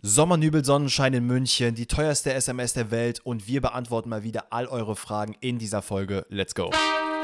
Sommernübel, Sonnenschein in München, die teuerste SMS der Welt und wir beantworten mal wieder all eure Fragen in dieser Folge. Let's go!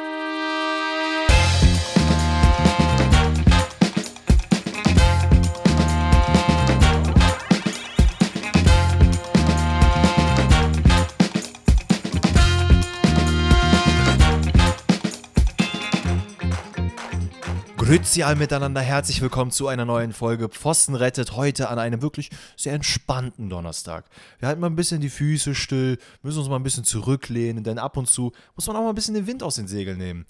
Grüezi all miteinander, herzlich willkommen zu einer neuen Folge Pfosten rettet, heute an einem wirklich sehr entspannten Donnerstag. Wir halten mal ein bisschen die Füße still, müssen uns mal ein bisschen zurücklehnen, denn ab und zu muss man auch mal ein bisschen den Wind aus den Segeln nehmen.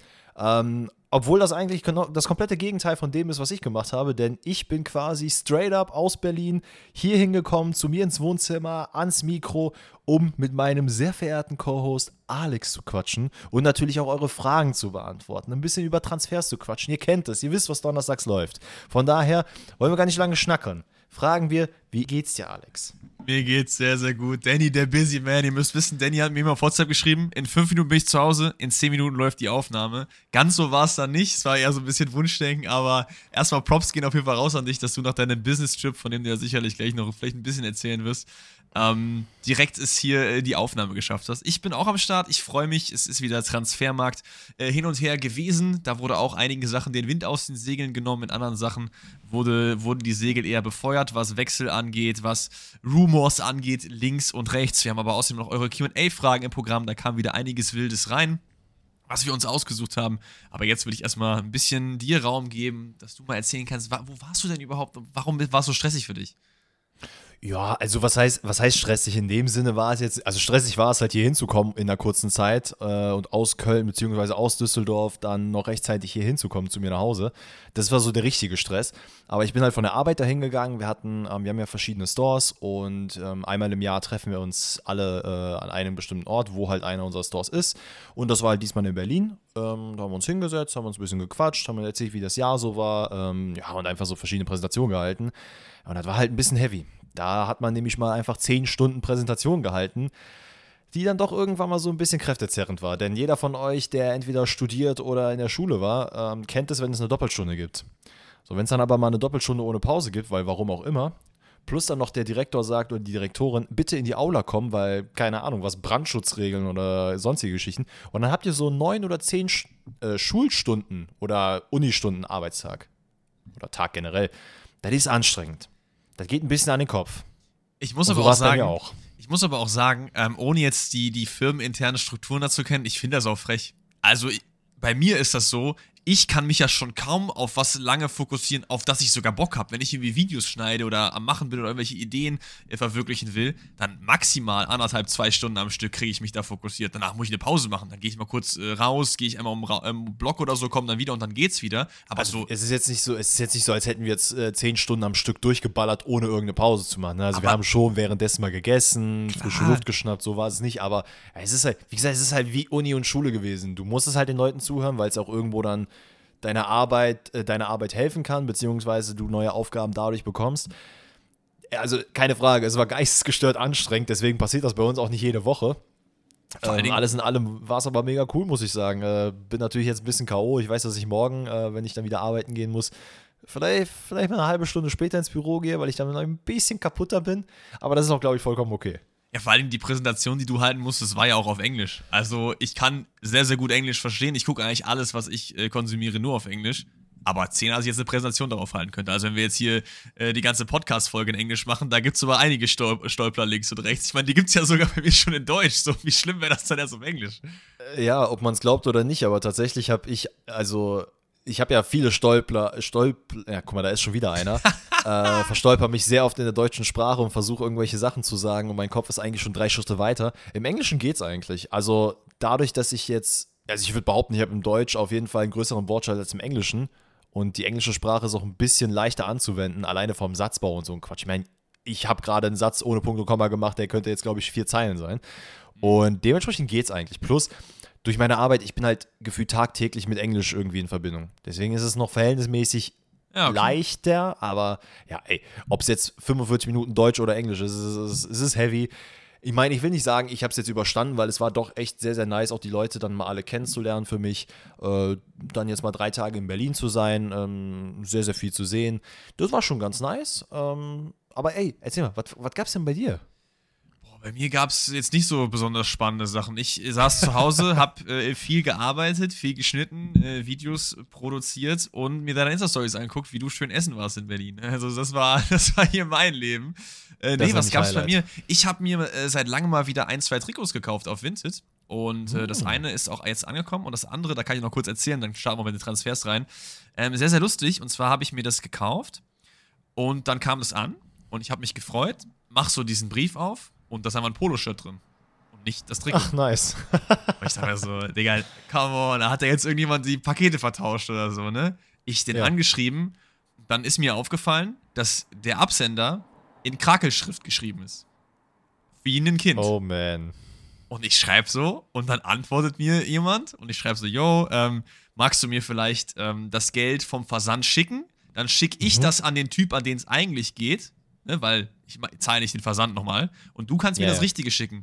Obwohl das eigentlich das komplette Gegenteil von dem ist, was ich gemacht habe, denn ich bin quasi straight up aus Berlin hier hingekommen, zu mir ins Wohnzimmer, ans Mikro, um mit meinem sehr verehrten Co-Host Alex zu quatschen und natürlich auch eure Fragen zu beantworten, ein bisschen über Transfers zu quatschen. Ihr kennt es, ihr wisst, was donnerstags läuft. Von daher wollen wir gar nicht lange schnackern. Fragen wir, wie geht's dir, Alex? Mir geht's sehr, sehr gut. Danny, der Busy Man. Ihr müsst wissen, Danny hat mir immer auf WhatsApp geschrieben, in 5 Minuten bin ich zu Hause, in 10 Minuten läuft die Aufnahme. Ganz so war es dann nicht, es war eher so ein bisschen Wunschdenken, aber erstmal Props gehen auf jeden Fall raus an dich, dass du nach deinem Business-Trip, von dem du ja sicherlich gleich noch vielleicht ein bisschen erzählen wirst, direkt ist hier die Aufnahme geschafft hast. Ich bin auch am Start, ich freue mich, es ist wieder Transfermarkt hin und her gewesen, da wurde auch einige Sachen den Wind aus den Segeln genommen, in anderen Sachen wurden die Segel eher befeuert, was Wechsel angeht, was Rumors angeht, links und rechts. Wir haben aber außerdem noch eure Q&A-Fragen im Programm, da kam wieder einiges Wildes rein, was wir uns ausgesucht haben. Aber jetzt würde ich erstmal ein bisschen dir Raum geben, dass du mal erzählen kannst, wo warst du denn überhaupt und warum war es so stressig für dich? Ja, also was heißt stressig? In dem Sinne war es jetzt, also stressig war es halt hier hinzukommen in einer kurzen Zeit und aus Köln bzw. aus Düsseldorf dann noch rechtzeitig hier hinzukommen zu mir nach Hause. Das war so der richtige Stress. Aber ich bin halt von der Arbeit dahin gegangen. Wir haben ja verschiedene Stores und einmal im Jahr treffen wir uns alle an einem bestimmten Ort, wo halt einer unserer Stores ist. Und das war halt diesmal in Berlin. Da haben wir uns hingesetzt, haben uns ein bisschen gequatscht, haben erzählt, wie das Jahr so war, ja, und einfach so verschiedene Präsentationen gehalten. Und das war halt ein bisschen heavy. Da hat man nämlich mal einfach 10 Stunden Präsentation gehalten, die dann doch irgendwann mal so ein bisschen kräftezerrend war. Denn jeder von euch, der entweder studiert oder in der Schule war, kennt es, wenn es eine Doppelstunde gibt. So, wenn es dann aber mal eine Doppelstunde ohne Pause gibt, weil warum auch immer, plus dann noch der Direktor sagt oder die Direktorin, bitte in die Aula kommen, weil, keine Ahnung, was, Brandschutzregeln oder sonstige Geschichten. Und dann habt ihr so 9 oder 10 Schulstunden oder Unistunden Arbeitstag. Oder Tag generell. Das ist anstrengend. Das geht ein bisschen an den Kopf. Ich muss aber auch sagen, ohne jetzt die firmeninternen Strukturen dazu kennen, ich finde das auch frech. Also bei mir ist das so, ich kann mich ja schon kaum auf was lange fokussieren, auf das ich sogar Bock habe. Wenn ich irgendwie Videos schneide oder am Machen bin oder irgendwelche Ideen verwirklichen will, dann maximal 1,5-2 Stunden am Stück kriege ich mich da fokussiert. Danach muss ich eine Pause machen. Dann gehe ich mal kurz raus, gehe ich einmal um Block oder so, komme dann wieder und dann geht's wieder. Aber also, es ist jetzt nicht so, als hätten wir jetzt 10 Stunden am Stück durchgeballert, ohne irgendeine Pause zu machen. Also wir haben schon währenddessen mal gegessen, frische Luft geschnappt, so war es nicht. Aber es ist halt, wie gesagt, es ist halt wie Uni und Schule gewesen. Du musst es halt den Leuten zuhören, weil es auch irgendwo dann deine Arbeit helfen kann, beziehungsweise du neue Aufgaben dadurch bekommst. Also keine Frage, es war geistesgestört anstrengend, deswegen passiert das bei uns auch nicht jede Woche. Alles in allem war es aber mega cool, muss ich sagen. Bin natürlich jetzt ein bisschen K.O. Ich weiß, dass ich morgen, wenn ich dann wieder arbeiten gehen muss, vielleicht mal eine halbe Stunde später ins Büro gehe, weil ich dann noch ein bisschen kaputter bin. Aber das ist auch, glaube ich, vollkommen okay. Ja, vor allem die Präsentation, die du halten musstest, war ja auch auf Englisch. Also ich kann sehr, sehr gut Englisch verstehen. Ich gucke eigentlich alles, was ich konsumiere, nur auf Englisch. Aber 10, als ich jetzt eine Präsentation darauf halten könnte. Also wenn wir jetzt hier die ganze Podcast-Folge in Englisch machen, da gibt es aber einige Stolper links und rechts. Ich meine, die gibt es ja sogar bei mir schon in Deutsch. So, wie schlimm wäre das dann erst auf Englisch? Ja, ob man es glaubt oder nicht, aber tatsächlich habe ich ja viele ja, guck mal, da ist schon wieder einer. Verstolper mich sehr oft in der deutschen Sprache und versuche irgendwelche Sachen zu sagen und mein Kopf ist eigentlich schon 3 Schritte weiter. Im Englischen geht's eigentlich. Also dadurch, dass ich würde behaupten, ich habe im Deutsch auf jeden Fall einen größeren Wortschatz als im Englischen und die englische Sprache ist auch ein bisschen leichter anzuwenden, alleine vom Satzbau und so ein Quatsch. Ich meine, ich habe gerade einen Satz ohne Punkt und Komma gemacht, der könnte jetzt, glaube ich, 4 Zeilen sein. Und dementsprechend geht's eigentlich. Plus, durch meine Arbeit, ich bin halt gefühlt tagtäglich mit Englisch irgendwie in Verbindung. Deswegen ist es noch verhältnismäßig leichter, aber ja, ob es jetzt 45 Minuten Deutsch oder Englisch ist, es ist heavy. Ich meine, ich will nicht sagen, ich habe es jetzt überstanden, weil es war doch echt sehr, sehr nice, auch die Leute dann mal alle kennenzulernen für mich. Dann jetzt mal 3 Tage in Berlin zu sein, sehr, sehr viel zu sehen. Das war schon ganz nice. Aber ey, erzähl mal, was gab's denn bei dir? Bei mir gab es jetzt nicht so besonders spannende Sachen. Ich saß zu Hause, hab viel gearbeitet, viel geschnitten, Videos produziert und mir deine Insta-Stories angeguckt, wie du schön essen warst in Berlin. Also das war hier mein Leben. Nee, was gab's bei mir? Ich habe mir seit langem mal wieder 1, 2 Trikots gekauft auf Vinted. Und das eine ist auch jetzt angekommen und das andere, da kann ich noch kurz erzählen, dann starten wir mit den Transfers rein. Sehr, sehr lustig. Und zwar habe ich mir das gekauft und dann kam es an und ich habe mich gefreut, mach so diesen Brief auf. Und da ist einfach ein Poloshirt drin. Und nicht das Trikot. Ach, nice. Und ich dachte mir so, Digga, come on, da hat ja jetzt irgendjemand die Pakete vertauscht oder so, ne? Ich den angeschrieben, dann ist mir aufgefallen, dass der Absender in Krakelschrift geschrieben ist. Wie ein Kind. Oh, man. Und ich schreibe so und dann antwortet mir jemand und ich schreibe so, yo, magst du mir vielleicht das Geld vom Versand schicken? Dann schicke ich das an den Typ, an den es eigentlich geht. Ne, weil ich zahle nicht den Versand nochmal. Und du kannst mir das Richtige schicken.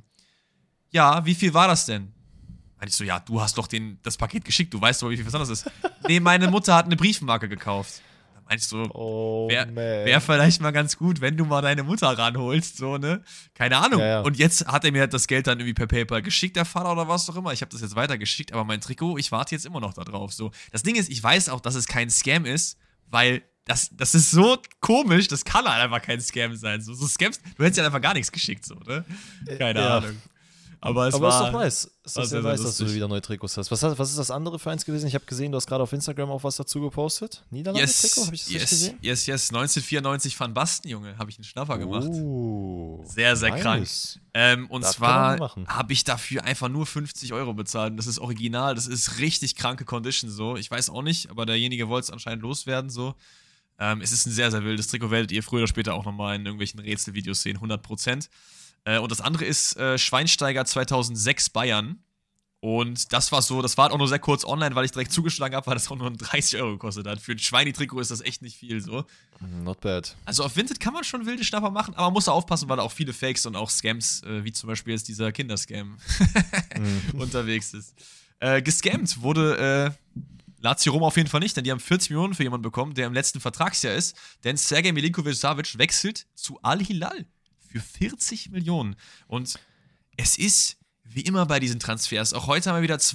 Ja, wie viel war das denn? Meinte ich so, ja, du hast doch das Paket geschickt, du weißt doch, wie viel Versand das ist. Nee, meine Mutter hat eine Briefmarke gekauft. Da meinte ich so, wär vielleicht mal ganz gut, wenn du mal deine Mutter ranholst, so, ne? Keine Ahnung. Ja. Und jetzt hat er mir das Geld dann irgendwie per PayPal geschickt, der Vater oder was auch immer. Ich habe das jetzt weitergeschickt, aber mein Trikot, ich warte jetzt immer noch da drauf. So. Das Ding ist, ich weiß auch, dass es kein Scam ist, weil das ist so komisch, das kann halt einfach kein Scam sein. So Scams, du hättest ja einfach gar nichts geschickt, so, ne? Keine Ahnung. Aber es ist doch nice. Es ist sehr nice, dass du wieder neue Trikots hast. Was ist das andere für eins gewesen? Ich habe gesehen, du hast gerade auf Instagram auch was dazu gepostet. Niederlande-Trikot? Habe ich das richtig gesehen? Yes. 1994 Van Basten, Junge. Habe ich einen Schnapper gemacht. Sehr, sehr nice. Krank. Und das zwar habe ich dafür einfach nur 50 € bezahlt. Das ist original. Das ist richtig kranke Condition so. Ich weiß auch nicht, aber derjenige wollte es anscheinend loswerden so. Es ist ein sehr, sehr wildes Trikot. Werdet ihr früher oder später auch nochmal in irgendwelchen Rätselvideos sehen. 100%. Und das andere ist Schweinsteiger 2006 Bayern. Und das war auch nur sehr kurz online, weil ich direkt zugeschlagen habe, weil das auch nur 30 € gekostet hat. Für ein Schweini-Trikot ist das echt nicht viel so. Not bad. Also auf Vinted kann man schon wilde Schnapper machen, aber man muss da aufpassen, weil da auch viele Fakes und auch Scams, wie zum Beispiel jetzt dieser Kinderscam, unterwegs ist. Gescammt wurde Lazio Rom auf jeden Fall nicht, denn die haben 40 Millionen für jemanden bekommen, der im letzten Vertragsjahr ist. Denn Sergej Milinkovic-Savic wechselt zu Al-Hilal für 40 Millionen. Und es ist, wie immer bei diesen Transfers, auch heute haben wir wieder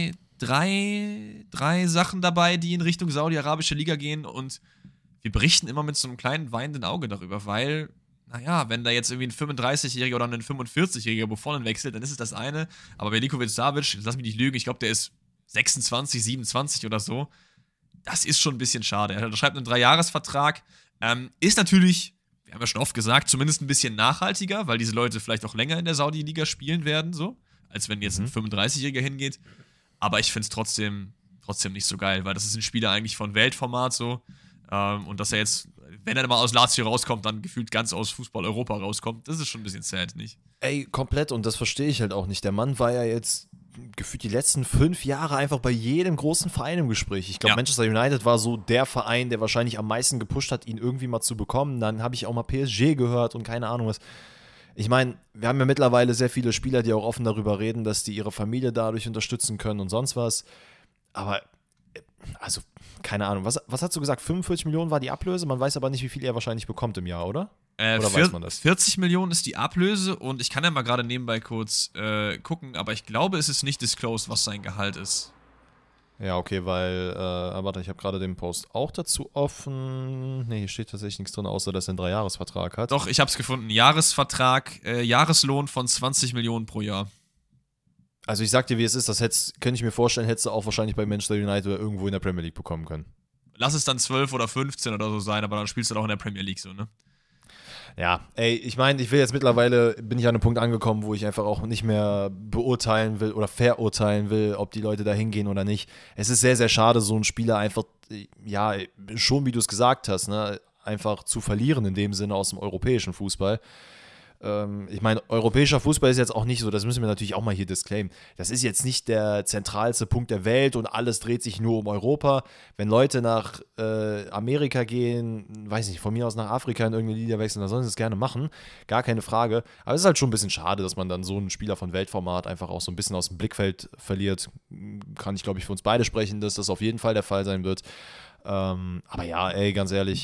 drei Sachen dabei, die in Richtung Saudi-Arabische Liga gehen. Und wir berichten immer mit so einem kleinen weinenden Auge darüber, weil, naja, wenn da jetzt irgendwie ein 35-Jähriger oder ein 45-Jähriger wovon wechselt, dann ist es das eine. Aber Milinkovic-Savic, lass mich nicht lügen, ich glaube, der ist 26, 27 oder so. Das ist schon ein bisschen schade. Er schreibt einen 3-Jahres-Vertrag. Ist natürlich, wir haben ja schon oft gesagt, zumindest ein bisschen nachhaltiger, weil diese Leute vielleicht auch länger in der Saudi-Liga spielen werden, so, als wenn jetzt ein 35-Jähriger hingeht. Aber ich finde es trotzdem nicht so geil, weil das ist ein Spieler eigentlich von Weltformat so. Und dass er jetzt, wenn er mal aus Lazio rauskommt, dann gefühlt ganz aus Fußball-Europa rauskommt, das ist schon ein bisschen sad, nicht? Ey, komplett, und das verstehe ich halt auch nicht. Der Mann war ja jetzt gefühlt die letzten 5 Jahre einfach bei jedem großen Verein im Gespräch. Ich glaube, Manchester United war so der Verein, der wahrscheinlich am meisten gepusht hat, ihn irgendwie mal zu bekommen. Dann habe ich auch mal PSG gehört und keine Ahnung was. Ich meine, wir haben ja mittlerweile sehr viele Spieler, die auch offen darüber reden, dass die ihre Familie dadurch unterstützen können und sonst was. Aber, also, keine Ahnung. Was hast du gesagt? 45 Millionen war die Ablöse? Man weiß aber nicht, wie viel er wahrscheinlich bekommt im Jahr, oder? Oder weiß man das? 40 Millionen ist die Ablöse und ich kann ja mal gerade nebenbei kurz gucken, aber ich glaube, es ist nicht disclosed, was sein Gehalt ist. Ja, okay, weil, warte, ich habe gerade den Post auch dazu offen. Ne, hier steht tatsächlich nichts drin, außer dass er einen 3-Jahres-Vertrag hat. Doch, ich habe es gefunden. Jahresvertrag, Jahreslohn von 20 Millionen pro Jahr. Also ich sag dir, wie es ist, das könnte ich mir vorstellen, hättest du auch wahrscheinlich bei Manchester United oder irgendwo in der Premier League bekommen können. Lass es dann 12 oder 15 oder so sein, aber dann spielst du doch in der Premier League so, ne? Ja, ey, ich meine, bin ich an einem Punkt angekommen, wo ich einfach auch nicht mehr beurteilen will oder verurteilen will, ob die Leute da hingehen oder nicht. Es ist sehr, sehr schade, so einen Spieler einfach, ja, schon wie du es gesagt hast, ne, einfach zu verlieren in dem Sinne aus dem europäischen Fußball. Ich meine, europäischer Fußball ist jetzt auch nicht so, das müssen wir natürlich auch mal hier disclaimen. Das ist jetzt nicht der zentralste Punkt der Welt und alles dreht sich nur um Europa. Wenn Leute nach Amerika gehen, weiß nicht, von mir aus nach Afrika in irgendeine Liga wechseln, dann sollen sie es gerne machen, gar keine Frage. Aber es ist halt schon ein bisschen schade, dass man dann so einen Spieler von Weltformat einfach auch so ein bisschen aus dem Blickfeld verliert. Kann ich, glaube ich, für uns beide sprechen, dass das auf jeden Fall der Fall sein wird. Aber ja, ey, ganz ehrlich,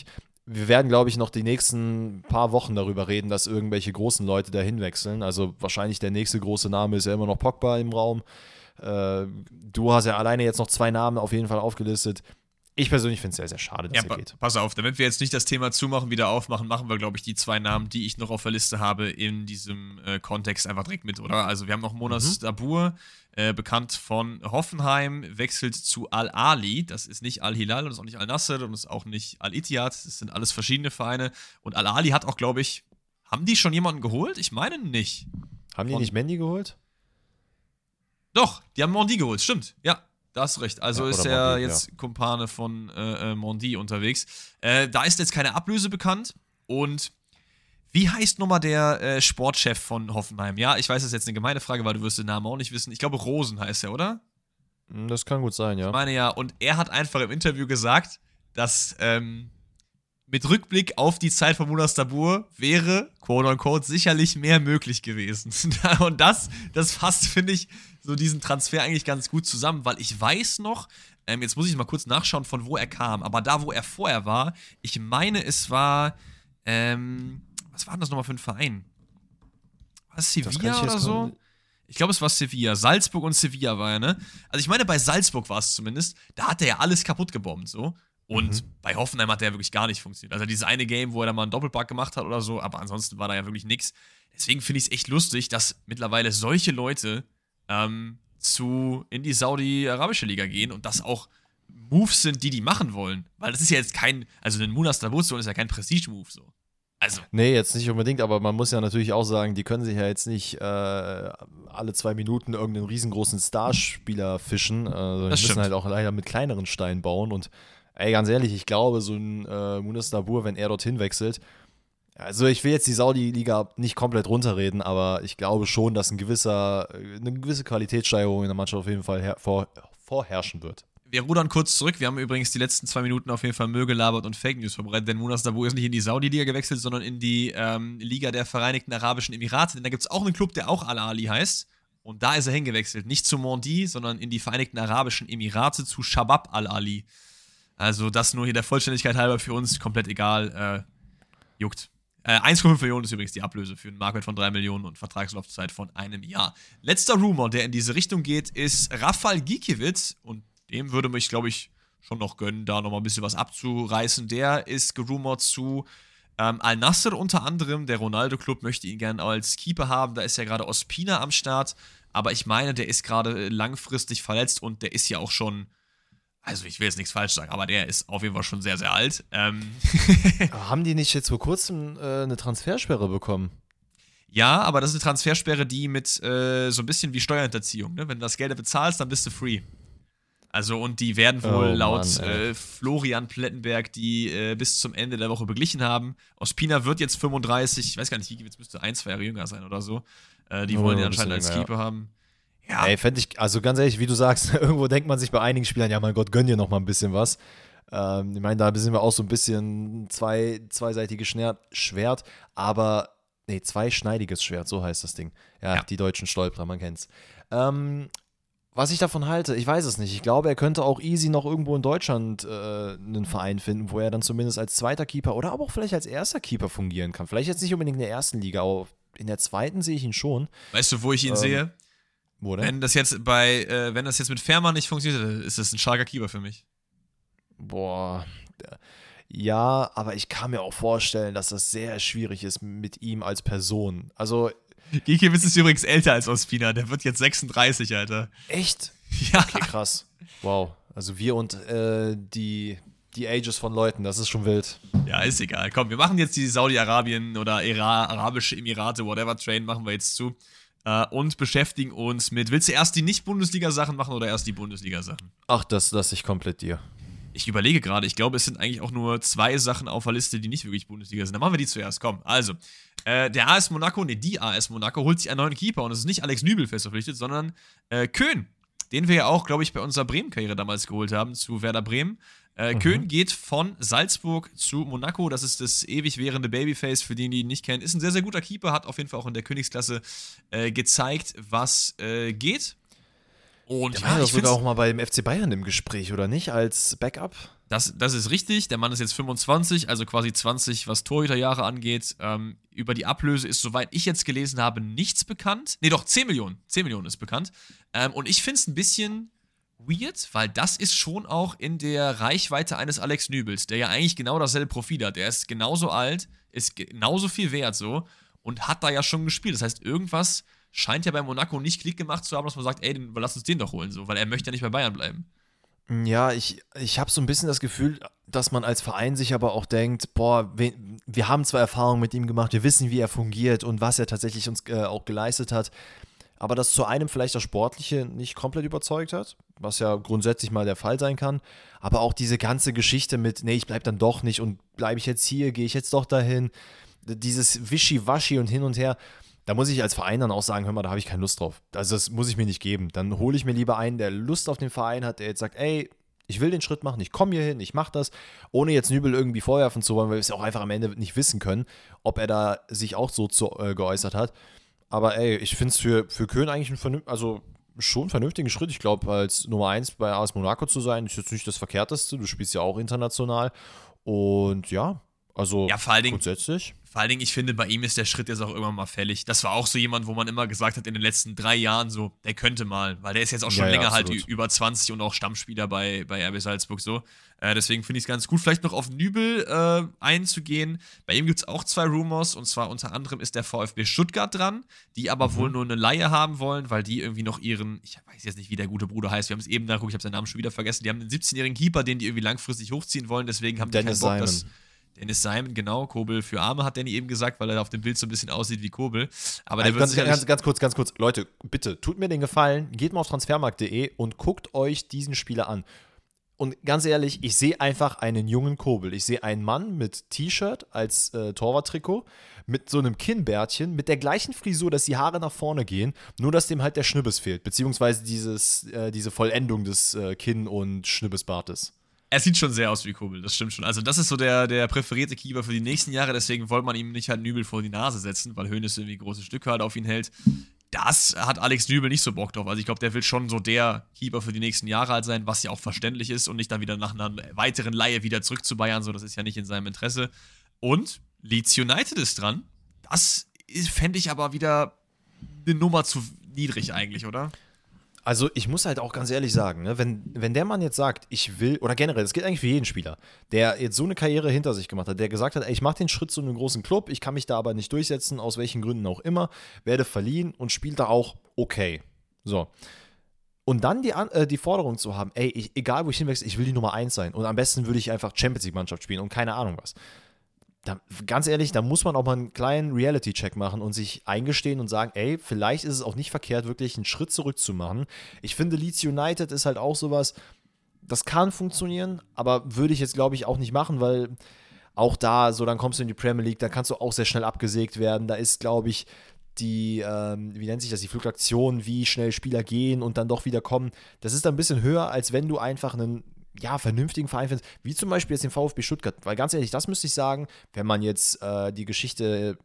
wir werden, glaube ich, noch die nächsten paar Wochen darüber reden, dass irgendwelche großen Leute dahin wechseln. Also wahrscheinlich der nächste große Name ist ja immer noch Pogba im Raum. Du hast ja alleine jetzt noch 2 Namen auf jeden Fall aufgelistet. Ich persönlich finde es sehr, sehr schade, dass er geht. Pass auf, damit wir jetzt nicht das Thema zumachen, wieder aufmachen, machen wir, glaube ich, die 2 Namen, die ich noch auf der Liste habe, in diesem Kontext einfach direkt mit, oder? Also wir haben noch Munas Dabbur, bekannt von Hoffenheim, wechselt zu Al-Ahly. Das ist nicht Al-Hilal und das ist auch nicht Al-Nassr und das ist auch nicht Al-Ittihad. Das sind alles verschiedene Vereine. Und Al-Ahly hat auch, glaube ich, haben die schon jemanden geholt? Ich meine nicht. Haben die nicht Mendy geholt? Doch, die haben Mondi geholt, stimmt. Ja, da hast du recht. Also Ja, ist oder er Mondi, jetzt Kumpane von Mondi unterwegs. Da ist jetzt keine Ablöse bekannt. Und wie heißt nochmal der Sportchef von Hoffenheim? Ja, ich weiß, das ist jetzt eine gemeine Frage, weil du wirst den Namen auch nicht wissen. Ich glaube, Rosen heißt er, oder? Das kann gut sein, ja. Ich meine ja, und er hat einfach im Interview gesagt, dass mit Rückblick auf die Zeit von Munas Dabbur wäre, quote unquote, sicherlich mehr möglich gewesen. Und das fasst, finde ich, so diesen Transfer eigentlich ganz gut zusammen, weil ich weiß noch, jetzt muss ich mal kurz nachschauen, von wo er kam, aber da, wo er vorher war, ich meine, es war, was war denn das nochmal für ein Verein? War es Sevilla oder so? Ich glaube, es war Sevilla. Salzburg und Sevilla war er, ne? Also ich meine, bei Salzburg war es zumindest, da hat er ja alles kaputt gebombt, so. Und bei Hoffenheim hat der wirklich gar nicht funktioniert. Also dieses eine Game, wo er da mal einen Doppelpack gemacht hat oder so, aber ansonsten war da ja wirklich nichts. Deswegen finde ich es echt lustig, dass mittlerweile solche Leute in die Saudi-Arabische Liga gehen und das auch Moves sind, die machen wollen. Weil das ist ja jetzt also ein Munas Dabbur ist ja kein Prestige-Move so. Also. Nee, jetzt nicht unbedingt, aber man muss ja natürlich auch sagen, die können sich ja jetzt nicht alle 2 Minuten irgendeinen riesengroßen Starspieler fischen. Die müssen halt auch leider mit kleineren Steinen bauen. Und ey, ganz ehrlich, ich glaube, so ein Munas Dabbur, wenn er dorthin wechselt, also ich will jetzt die Saudi-Liga nicht komplett runterreden, aber ich glaube schon, dass eine gewisse Qualitätssteigerung in der Mannschaft auf jeden Fall vorherrschen wird. Wir rudern kurz zurück. Wir haben übrigens die letzten 2 Minuten auf jeden Fall Müll gelabert und Fake News verbreitet, denn Munas Dabbur ist nicht in die Saudi-Liga gewechselt, sondern in die Liga der Vereinigten Arabischen Emirate. Denn da gibt es auch einen Club, der auch Al-Ahly heißt. Und da ist er hingewechselt. Nicht zu Mondi, sondern in die Vereinigten Arabischen Emirate zu Shabab Al-Ahly. Also das nur hier der Vollständigkeit halber für uns, komplett egal. Juckt. 1,5 Millionen ist übrigens die Ablöse für einen Marktwert von 3 Millionen und Vertragslaufzeit von 1 Jahr. Letzter Rumor, der in diese Richtung geht, ist Rafal Gikiewicz. Und dem würde mich, glaube ich, schon noch gönnen, da noch mal ein bisschen was abzureißen. Der ist gerumort zu Al-Nassr unter anderem. Der Ronaldo-Club möchte ihn gerne als Keeper haben. Da ist ja gerade Ospina am Start. Aber ich meine, der ist gerade langfristig verletzt und der ist ja auch schon, also ich will jetzt nichts falsch sagen, aber der ist auf jeden Fall schon sehr, sehr alt. Haben die nicht jetzt vor kurzem eine Transfersperre bekommen? Ja, aber das ist eine Transfersperre, die mit so ein bisschen wie Steuerhinterziehung, ne? Wenn du das Geld bezahlst, dann bist du free. Also, und die werden wohl laut Florian Plettenberg die bis zum Ende der Woche beglichen haben. Ospina wird jetzt 35, ich weiß gar nicht, jetzt müsste 1-2 Jahre jünger sein oder so. Die wollen ihn anscheinend als Keeper haben. Ja. Ey, fände ich, also ganz ehrlich, wie du sagst, irgendwo denkt man sich bei einigen Spielern, ja mein Gott, gönn dir noch mal ein bisschen was. Ich meine, da sind wir auch so ein bisschen zweiseitiges Schwert, aber, nee, zweischneidiges Schwert, so heißt das Ding. Ja. Die deutschen Stolperer, man kennt's. Was ich davon halte, ich weiß es nicht. Ich glaube, er könnte auch easy noch irgendwo in Deutschland einen Verein finden, wo er dann zumindest als zweiter Keeper oder aber auch vielleicht als erster Keeper fungieren kann. Vielleicht jetzt nicht unbedingt in der ersten Liga, aber in der zweiten sehe ich ihn schon. Weißt du, wo ich ihn sehe? Wo denn? Wenn das jetzt mit Fährmann nicht funktioniert, ist das ein starker Keeper für mich. Boah, ja, aber ich kann mir auch vorstellen, dass das sehr schwierig ist mit ihm als Person. Also Gikiewicz ist übrigens älter als Ospina, der wird jetzt 36, Alter. Echt? Ja. Okay, krass. Wow. Also wir und die Ages von Leuten, das ist schon wild. Ja, ist egal. Komm, wir machen jetzt die Saudi-Arabien oder Arabische Emirate, whatever Train machen wir jetzt zu. Und beschäftigen uns mit, willst du erst die Nicht-Bundesliga-Sachen machen oder erst die Bundesliga-Sachen? Ach, das lasse ich komplett dir. Ich überlege gerade, ich glaube, es sind eigentlich auch nur 2 Sachen auf der Liste, die nicht wirklich Bundesliga sind. Dann machen wir die zuerst, komm. Also, die AS Monaco holt sich einen neuen Keeper und es ist nicht Alex Nübel fest verpflichtet, sondern Köhn, den wir ja auch, glaube ich, bei unserer Bremen-Karriere damals geholt haben, zu Werder Bremen. Köhn geht von Salzburg zu Monaco, das ist das ewig währende Babyface, für den die ihn nicht kennen. Ist ein sehr, sehr guter Keeper, hat auf jeden Fall auch in der Königsklasse gezeigt, was geht. Und der war ja sogar auch mal beim FC Bayern im Gespräch, oder nicht? Als Backup? Das ist richtig. Der Mann ist jetzt 25, also quasi 20, was Torhüterjahre angeht. Über die Ablöse ist, soweit ich jetzt gelesen habe, nichts bekannt. Nee, doch, 10 Millionen. 10 Millionen ist bekannt. Und ich finde es ein bisschen weird, weil das ist schon auch in der Reichweite eines Alex Nübels, der ja eigentlich genau dasselbe Profil hat. Der ist genauso alt, ist genauso viel wert so und hat da ja schon gespielt. Das heißt, irgendwas scheint ja bei Monaco nicht Klick gemacht zu haben, dass man sagt, ey, lass uns den doch holen, so, weil er möchte ja nicht bei Bayern bleiben. Ja, ich habe so ein bisschen das Gefühl, dass man als Verein sich aber auch denkt, boah, wir haben zwar Erfahrungen mit ihm gemacht, wir wissen, wie er fungiert und was er tatsächlich uns auch geleistet hat, aber dass zu einem vielleicht das Sportliche nicht komplett überzeugt hat, was ja grundsätzlich mal der Fall sein kann, aber auch diese ganze Geschichte mit, nee, ich bleib dann doch nicht und bleibe ich jetzt hier, gehe ich jetzt doch dahin, dieses Wischiwaschi und hin und her, da muss ich als Verein dann auch sagen, hör mal, da habe ich keine Lust drauf. Also das muss ich mir nicht geben. Dann hole ich mir lieber einen, der Lust auf den Verein hat, der jetzt sagt, ey, ich will den Schritt machen, ich komme hier hin, ich mache das, ohne jetzt Nübel irgendwie vorwerfen zu wollen, weil wir es ja auch einfach am Ende nicht wissen können, ob er da sich auch so geäußert hat. Aber ey, ich finde es für Köln eigentlich schon einen vernünftigen Schritt. Ich glaube, als Nummer 1 bei AS Monaco zu sein, ist jetzt nicht das Verkehrteste. Du spielst ja auch international. Und ja, also Ja, vor allen Dingen, grundsätzlich. ich finde, bei ihm ist der Schritt jetzt auch irgendwann mal fällig. Das war auch so jemand, wo man immer gesagt hat in den letzten 3 Jahren so, der könnte mal, weil der ist jetzt auch schon Ja, ja, länger halt absolut. über 20 und auch Stammspieler bei RB Salzburg so. Deswegen finde ich es ganz gut, vielleicht noch auf Nübel einzugehen. Bei ihm gibt es auch 2 Rumors und zwar unter anderem ist der VfB Stuttgart dran, die aber wohl nur eine Leihe haben wollen, weil die irgendwie noch ihren, ich weiß jetzt nicht, wie der gute Bruder heißt, wir haben es eben nachgeguckt, ich habe seinen Namen schon wieder vergessen, die haben einen 17-jährigen Keeper, den die irgendwie langfristig hochziehen wollen, deswegen haben die Dennis keinen Bock, Simon. Dennis Simon, genau, Kobel für Arme, hat Danny eben gesagt, weil er auf dem Bild so ein bisschen aussieht wie Kobel. Aber der wird Ganz, sicherlich. ganz kurz. Leute, bitte, tut mir den Gefallen, geht mal auf transfermarkt.de und guckt euch diesen Spieler an. Und ganz ehrlich, ich sehe einfach einen jungen Kobel. Ich sehe einen Mann mit T-Shirt als Torwarttrikot, mit so einem Kinnbärtchen, mit der gleichen Frisur, dass die Haare nach vorne gehen, nur dass dem halt der Schnibbes fehlt, beziehungsweise diese Vollendung des Kinn- und Schnibbesbartes. Er sieht schon sehr aus wie Kobel, das stimmt schon. Also, das ist so der präferierte Keeper für die nächsten Jahre, deswegen wollte man ihm nicht halt Nübel vor die Nase setzen, weil Hoeneß irgendwie große Stücke halt auf ihn hält. Das hat Alex Nübel nicht so Bock drauf. Also, ich glaube, der will schon so der Keeper für die nächsten Jahre halt sein, was ja auch verständlich ist und nicht dann wieder nach einer weiteren Leihe wieder zurück zu Bayern, so, das ist ja nicht in seinem Interesse. Und Leeds United ist dran. Das fände ich aber wieder eine Nummer zu niedrig eigentlich, oder? Also ich muss halt auch ganz ehrlich sagen, ne, wenn der Mann jetzt sagt, ich will, oder generell, das geht eigentlich für jeden Spieler, der jetzt so eine Karriere hinter sich gemacht hat, der gesagt hat, ey, ich mache den Schritt zu einem großen Club, ich kann mich da aber nicht durchsetzen, aus welchen Gründen auch immer, werde verliehen und spielt da auch okay. So. Und dann die Forderung zu haben, ey, egal wo ich hinwechsel, ich will die Nummer 1 sein und am besten würde ich einfach Champions League-Mannschaft spielen und keine Ahnung was. Ganz ehrlich, da muss man auch mal einen kleinen Reality-Check machen und sich eingestehen und sagen, ey, vielleicht ist es auch nicht verkehrt, wirklich einen Schritt zurück zu machen. Ich finde, Leeds United ist halt auch sowas, das kann funktionieren, aber würde ich jetzt, glaube ich, auch nicht machen, weil auch da, so dann kommst du in die Premier League, da kannst du auch sehr schnell abgesägt werden. Da ist, glaube ich, wie nennt sich das, die Fluktuation, wie schnell Spieler gehen und dann doch wieder kommen, das ist dann ein bisschen höher, als wenn du einfach einen vernünftigen Verein findest, wie zum Beispiel jetzt den VfB Stuttgart. Weil ganz ehrlich, das müsste ich sagen, wenn man jetzt die Geschichte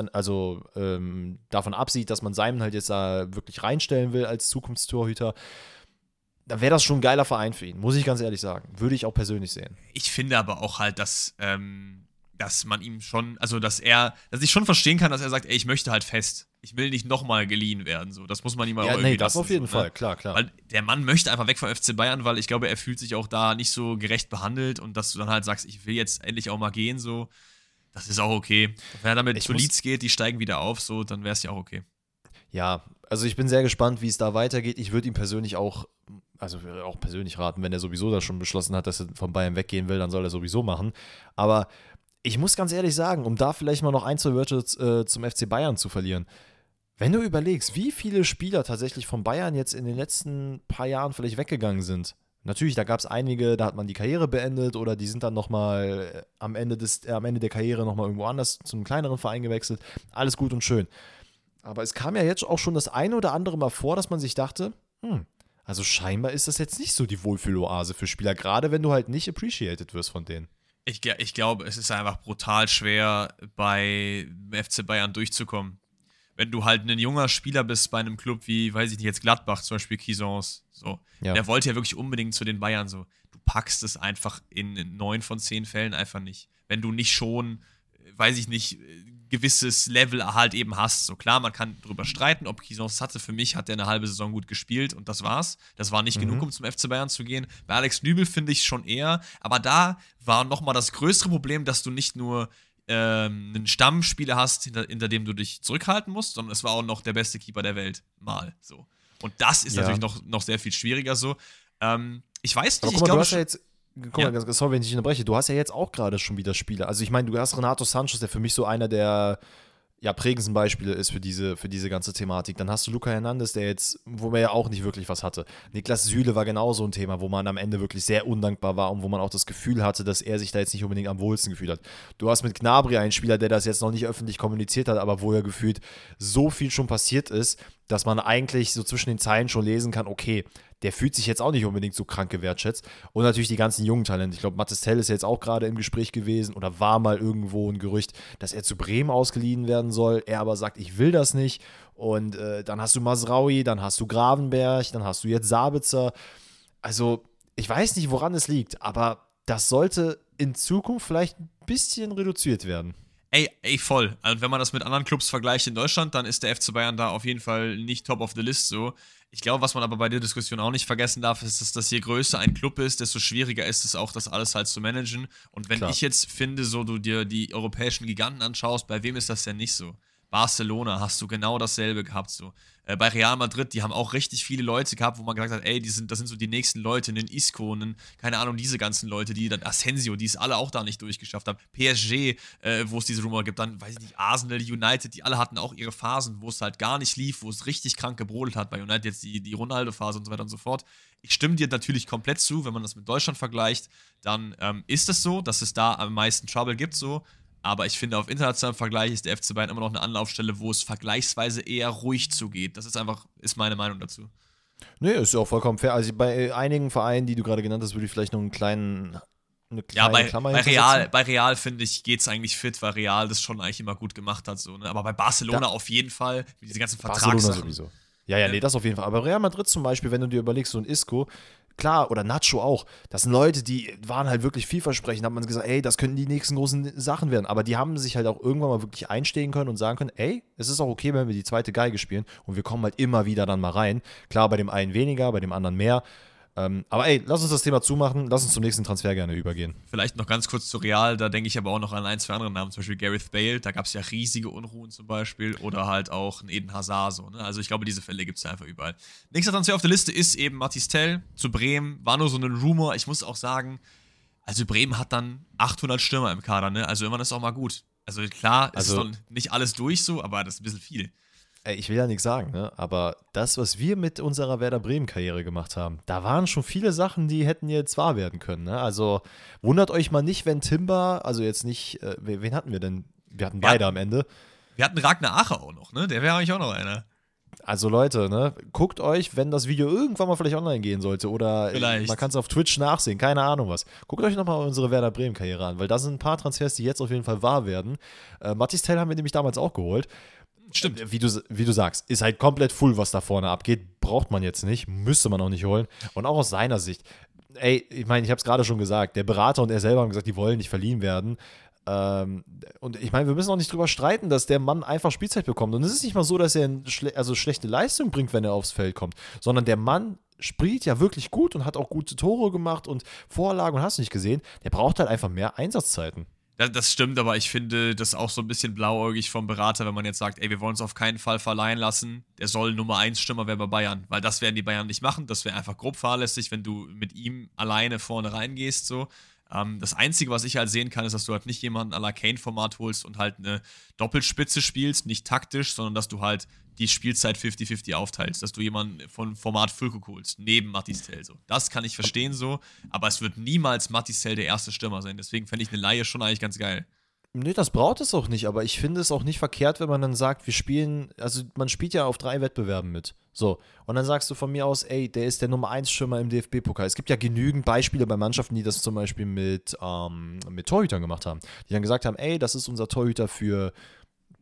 davon absieht, dass man Simon halt jetzt da wirklich reinstellen will als Zukunftstorhüter, dann wäre das schon ein geiler Verein für ihn, muss ich ganz ehrlich sagen. Würde ich auch persönlich sehen. Ich finde aber auch halt, dass man ihm schon, also dass ich schon verstehen kann, dass er sagt, ey, ich möchte halt fest. Ich will nicht nochmal geliehen werden. So, das muss man ihm auch irgendwie das lassen, auf jeden so, Fall, ne? klar. Weil der Mann möchte einfach weg vom FC Bayern, weil ich glaube, er fühlt sich auch da nicht so gerecht behandelt und dass du dann halt sagst, ich will jetzt endlich auch mal gehen, so, das ist auch okay. Wenn er damit zu Leeds geht, die steigen wieder auf, so, dann wäre es ja auch okay. Ja, also ich bin sehr gespannt, wie es da weitergeht. Ich würde ihm persönlich auch persönlich raten, wenn er sowieso da schon beschlossen hat, dass er von Bayern weggehen will, dann soll er sowieso machen. Aber ich muss ganz ehrlich sagen, um da vielleicht mal noch ein, zwei Wörter zum FC Bayern zu verlieren, wenn du überlegst, wie viele Spieler tatsächlich von Bayern jetzt in den letzten paar Jahren vielleicht weggegangen sind. Natürlich, da gab es einige, da hat man die Karriere beendet oder die sind dann nochmal am Ende der Karriere nochmal irgendwo anders zu einem kleineren Verein gewechselt. Alles gut und schön. Aber es kam ja jetzt auch schon das eine oder andere Mal vor, dass man sich dachte, also scheinbar ist das jetzt nicht so die Wohlfühloase für Spieler, gerade wenn du halt nicht appreciated wirst von denen. Ich glaube, es ist einfach brutal schwer, bei FC Bayern durchzukommen. wenn du halt ein junger Spieler bist bei einem Club wie, weiß ich nicht, jetzt Gladbach zum Beispiel, Cuisance, so. Ja. Der wollte ja wirklich unbedingt zu den Bayern so. Du packst es einfach in 9 von 10 Fällen einfach nicht. Wenn du nicht schon, weiß ich nicht, gewisses Level halt eben hast. So klar, man kann drüber streiten, ob Cuisance es hatte. Für mich hat er eine halbe Saison gut gespielt und das war's. Das war nicht genug, um zum FC Bayern zu gehen. Bei Alex Nübel finde ich schon eher. Aber da war nochmal das größere Problem, dass du nicht nur einen Stammspieler hast, hinter dem du dich zurückhalten musst, sondern es war auch noch der beste Keeper der Welt. Mal so. Und das ist natürlich noch sehr viel schwieriger so. Ich weiß nicht, aber guck mal, du hast ja jetzt, sorry, wenn ich dich unterbreche, du hast ja jetzt auch gerade schon wieder Spieler. Also ich meine, du hast Renato Sanches, der für mich so einer der prägendsten Beispiele ist für diese ganze Thematik. Dann hast du Luca Hernandez, der jetzt, wo man ja auch nicht wirklich was hatte. Niklas Süle war genauso ein Thema, wo man am Ende wirklich sehr undankbar war und wo man auch das Gefühl hatte, dass er sich da jetzt nicht unbedingt am wohlsten gefühlt hat. Du hast mit Gnabry einen Spieler, der das jetzt noch nicht öffentlich kommuniziert hat, aber wo ja gefühlt so viel schon passiert ist, dass man eigentlich so zwischen den Zeilen schon lesen kann, okay, der fühlt sich jetzt auch nicht unbedingt so krank gewertschätzt. Und natürlich die ganzen jungen Talente. Ich glaube, Mathis Tel ist jetzt auch gerade im Gespräch gewesen oder war mal irgendwo ein Gerücht, dass er zu Bremen ausgeliehen werden soll. Er aber sagt, ich will das nicht. Und dann hast du Mazraoui, dann hast du Gravenberch, dann hast du jetzt Sabitzer. Also, ich weiß nicht, woran es liegt, aber das sollte in Zukunft vielleicht ein bisschen reduziert werden. Ey, voll. Also wenn man das mit anderen Clubs vergleicht in Deutschland, dann ist der FC Bayern da auf jeden Fall nicht top of the list so. Ich glaube, was man aber bei der Diskussion auch nicht vergessen darf, ist, dass je größer ein Club ist, desto schwieriger ist es auch, das alles halt zu managen. Und wenn ich jetzt finde, so du dir die europäischen Giganten anschaust, bei wem ist das denn nicht so? Barcelona hast du genau dasselbe gehabt so. Bei Real Madrid, die haben auch richtig viele Leute gehabt, wo man gesagt hat, ey, das sind so die nächsten Leute, einen Isco, keine Ahnung, diese ganzen Leute, die dann Asensio, die es alle auch da nicht durchgeschafft haben. PSG, wo es diese Rumor gibt, dann, weiß ich nicht, Arsenal, United, die alle hatten auch ihre Phasen, wo es halt gar nicht lief, wo es richtig krank gebrodelt hat. Bei United jetzt die Ronaldo-Phase und so weiter und so fort. Ich stimme dir natürlich komplett zu, wenn man das mit Deutschland vergleicht, dann ist es so, dass es da am meisten Trouble gibt, so. Aber ich finde, auf internationalem Vergleich ist der FC Bayern immer noch eine Anlaufstelle, wo es vergleichsweise eher ruhig zugeht. Das ist meine Meinung dazu. Nee, ist ja auch vollkommen fair. Also bei einigen Vereinen, die du gerade genannt hast, würde ich vielleicht noch eine kleine Klammer hintersetzen. Bei Real finde ich, geht es eigentlich fit, weil Real das schon eigentlich immer gut gemacht hat. So, ne? Aber bei Barcelona auf jeden Fall, diese ganzen Vertragssachen. Barcelona sowieso. Ja, nee, das auf jeden Fall. Aber Real Madrid zum Beispiel, wenn du dir überlegst, so ein Isco, klar, oder Nacho auch, das sind Leute, die waren halt wirklich vielversprechend, da hat man gesagt, ey, das könnten die nächsten großen Sachen werden, aber die haben sich halt auch irgendwann mal wirklich einstehen können und sagen können, ey, es ist auch okay, wenn wir die zweite Geige spielen und wir kommen halt immer wieder dann mal rein. Klar, bei dem einen weniger, bei dem anderen mehr. Aber ey, lass uns das Thema zumachen, lass uns zum nächsten Transfer gerne übergehen. Vielleicht noch ganz kurz zu Real, da denke ich aber auch noch an 1, 2 andere Namen, zum Beispiel Gareth Bale, da gab es ja riesige Unruhen zum Beispiel, oder halt auch ein Eden Hazard, so, ne? Also ich glaube, diese Fälle gibt es ja einfach überall. Nächster Transfer auf der Liste ist eben Mathys Tel zu Bremen, war nur so ein Rumor, ich muss auch sagen, also Bremen hat dann 800 Stürmer im Kader, ne? Also immer ist auch mal gut. Also klar, es ist noch nicht alles durch so, aber das ist ein bisschen viel. Ey, ich will ja nichts sagen, ne? Aber das, was wir mit unserer Werder Bremen-Karriere gemacht haben, da waren schon viele Sachen, die hätten jetzt wahr werden können. Ne? Also wundert euch mal nicht, wenn Timber, also jetzt nicht, wen hatten wir denn? Wir hatten beide am Ende. Wir hatten Ragnar Ache auch noch, ne? Der wäre eigentlich auch noch einer. Also Leute, ne, guckt euch, wenn das Video irgendwann mal vielleicht online gehen sollte oder man kann es auf Twitch nachsehen, keine Ahnung was. Guckt euch nochmal unsere Werder Bremen-Karriere an, weil da sind ein paar Transfers, die jetzt auf jeden Fall wahr werden. Mathys Tel haben wir nämlich damals auch geholt. Stimmt. Wie du sagst, ist halt komplett full, was da vorne abgeht. Braucht man jetzt nicht, müsste man auch nicht holen. Und auch aus seiner Sicht, ey, ich meine, ich habe es gerade schon gesagt, der Berater und er selber haben gesagt, die wollen nicht verliehen werden. Und ich meine, wir müssen auch nicht drüber streiten, dass der Mann einfach Spielzeit bekommt. Und es ist nicht mal so, dass er schlechte Leistung bringt, wenn er aufs Feld kommt, sondern der Mann spielt ja wirklich gut und hat auch gute Tore gemacht und Vorlagen und hast du nicht gesehen. Der braucht halt einfach mehr Einsatzzeiten. Das stimmt, aber ich finde das auch so ein bisschen blauäugig vom Berater, wenn man jetzt sagt, ey, wir wollen uns auf keinen Fall verleihen lassen, der soll Nummer 1 Stürmer werden bei Bayern, weil das werden die Bayern nicht machen, das wäre einfach grob fahrlässig, wenn du mit ihm alleine vorne reingehst, so. Das Einzige, was ich halt sehen kann, ist, dass du halt nicht jemanden à la Kane-Format holst und halt eine Doppelspitze spielst, nicht taktisch, sondern dass du halt die Spielzeit 50-50 aufteilst, dass du jemanden von Format Füllkrug holst, neben Mathys Tel so. Das kann ich verstehen so, aber es wird niemals Mathys Tel der erste Stürmer sein, deswegen fände ich eine Leihe schon eigentlich ganz geil. Nee, das braucht es auch nicht, aber ich finde es auch nicht verkehrt, wenn man dann sagt, wir spielen, also man spielt ja auf 3 Wettbewerben mit. So, und dann sagst du von mir aus, ey, der ist der Nummer 1 Stürmer im DFB-Pokal. Es gibt ja genügend Beispiele bei Mannschaften, die das zum Beispiel mit Torhütern gemacht haben. Die dann gesagt haben, ey, das ist unser Torhüter für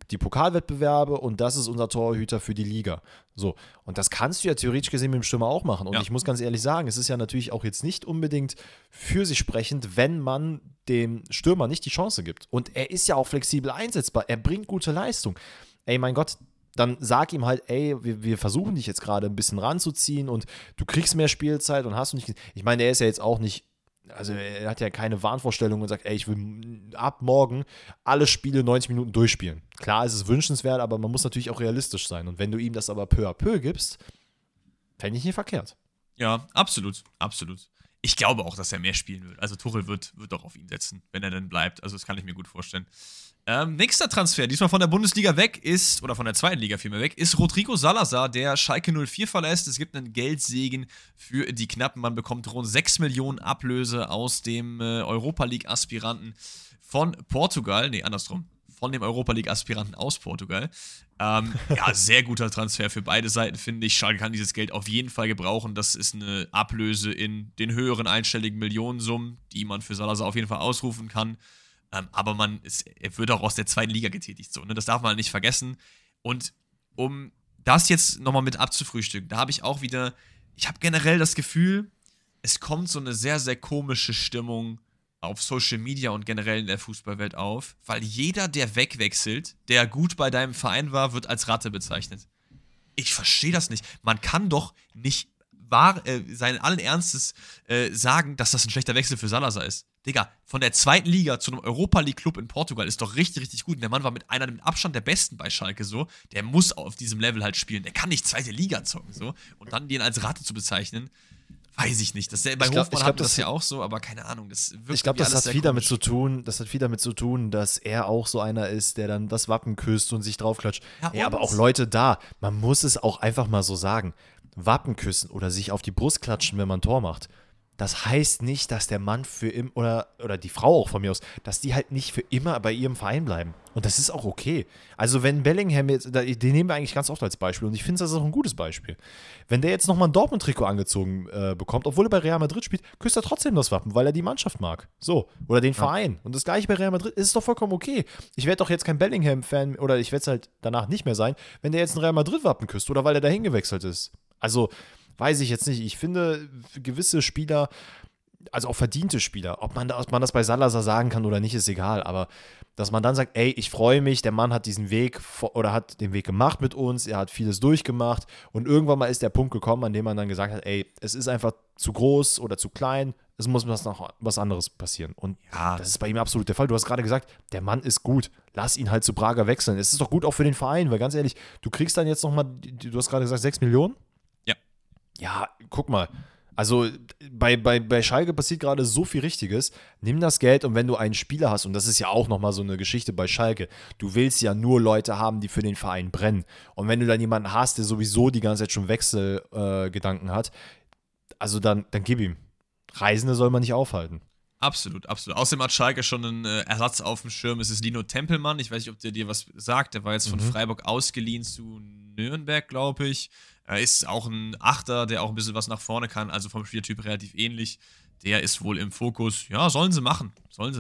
die Pokalwettbewerbe und das ist unser Torhüter für die Liga. So, und das kannst du ja theoretisch gesehen mit dem Stürmer auch machen. Und ich muss ganz ehrlich sagen, es ist ja natürlich auch jetzt nicht unbedingt für sich sprechend, wenn man dem Stürmer nicht die Chance gibt. Und er ist ja auch flexibel einsetzbar, er bringt gute Leistung. Ey, mein Gott, dann sag ihm halt, ey, wir versuchen dich jetzt gerade ein bisschen ranzuziehen und du kriegst mehr Spielzeit und hast du nicht. Ich meine, er ist ja jetzt auch nicht, also er hat ja keine Wahnvorstellung und sagt, ey, ich will ab morgen alle Spiele 90 Minuten durchspielen. Klar, ist es wünschenswert, aber man muss natürlich auch realistisch sein. Und wenn du ihm das aber peu à peu gibst, fände ich nicht verkehrt. Ja, absolut, absolut. Ich glaube auch, dass er mehr spielen wird. Also Tuchel wird auch auf ihn setzen, wenn er dann bleibt. Also das kann ich mir gut vorstellen. Nächster Transfer, diesmal von der Bundesliga weg ist, oder von der zweiten Liga vielmehr weg, ist Rodrigo Salazar, der Schalke 04 verlässt. Es gibt einen Geldsegen für die Knappen. Man bekommt rund 6 Millionen Ablöse aus dem Europa League-Aspiranten von Portugal. Nee, andersrum. Von dem Europa League-Aspiranten aus Portugal. Ja, sehr guter Transfer für beide Seiten, finde ich. Schalke kann dieses Geld auf jeden Fall gebrauchen. Das ist eine Ablöse in den höheren einstelligen Millionensummen, die man für Salazar auf jeden Fall ausrufen kann. Aber er wird auch aus der zweiten Liga getätigt, so, ne? Das darf man nicht vergessen. Und um das jetzt nochmal mit abzufrühstücken, da habe ich auch wieder, ich habe generell das Gefühl, es kommt so eine sehr, sehr komische Stimmung auf Social Media und generell in der Fußballwelt auf, weil jeder, der wegwechselt, der gut bei deinem Verein war, wird als Ratte bezeichnet. Ich verstehe das nicht. Man kann doch nicht seinen allen Ernstes sagen, dass das ein schlechter Wechsel für Salazar ist. Digga, von der zweiten Liga zu einem Europa League Club in Portugal ist doch richtig, richtig gut. Und der Mann war mit Abstand der Besten bei Schalke so. Der muss auf diesem Level halt spielen. Der kann nicht zweite Liga zocken so. Und dann den als Ratte zu bezeichnen, weiß ich nicht. Bei Hofmann hat das ja auch so, aber keine Ahnung. Ich glaube, das hat viel damit zu tun, dass er auch so einer ist, der dann das Wappen küsst und sich draufklatscht. Ja, aber auch Leute da, man muss es auch einfach mal so sagen. Wappen küssen oder sich auf die Brust klatschen, wenn man ein Tor macht. Das heißt nicht, dass der Mann für immer, oder die Frau auch von mir aus, dass die halt nicht für immer bei ihrem Verein bleiben. Und das ist auch okay. Also wenn Bellingham jetzt, den nehmen wir eigentlich ganz oft als Beispiel und ich finde, das ist auch ein gutes Beispiel. Wenn der jetzt nochmal ein Dortmund-Trikot angezogen bekommt, obwohl er bei Real Madrid spielt, küsst er trotzdem das Wappen, weil er die Mannschaft mag. So. Oder den Verein. Und das gleiche bei Real Madrid, ist doch vollkommen okay. Ich werde doch jetzt kein Bellingham-Fan, oder ich werde es halt danach nicht mehr sein, wenn der jetzt ein Real Madrid-Wappen küsst oder weil er dahin gewechselt ist. Also, weiß ich jetzt nicht. Ich finde, gewisse Spieler, also auch verdiente Spieler, ob man das bei Salazar sagen kann oder nicht, ist egal. Aber dass man dann sagt, ey, ich freue mich, der Mann hat diesen Weg oder hat den Weg gemacht mit uns, er hat vieles durchgemacht und irgendwann mal ist der Punkt gekommen, an dem man dann gesagt hat, ey, es ist einfach zu groß oder zu klein, es muss noch was anderes passieren. Und das ist bei ihm absolut der Fall. Du hast gerade gesagt, der Mann ist gut, lass ihn halt zu Braga wechseln. Es ist doch gut auch für den Verein, weil ganz ehrlich, du kriegst dann jetzt nochmal, du hast gerade gesagt, 6 Millionen? Ja, guck mal. Also bei Schalke passiert gerade so viel Richtiges. Nimm das Geld und wenn du einen Spieler hast, und das ist ja auch nochmal so eine Geschichte bei Schalke, du willst ja nur Leute haben, die für den Verein brennen. Und wenn du dann jemanden hast, der sowieso die ganze Zeit schon Wechselgedanken hat, also dann gib ihm. Reisende soll man nicht aufhalten. Absolut, absolut. Außerdem hat Schalke schon einen Ersatz auf dem Schirm. Es ist Lino Tempelmann. Ich weiß nicht, ob der dir was sagt. Der war jetzt von Freiburg ausgeliehen zu Nürnberg, glaube ich. Er ist auch ein Achter, der auch ein bisschen was nach vorne kann. Also vom Spieltyp relativ ähnlich. Der ist wohl im Fokus. Ja, sollen sie machen.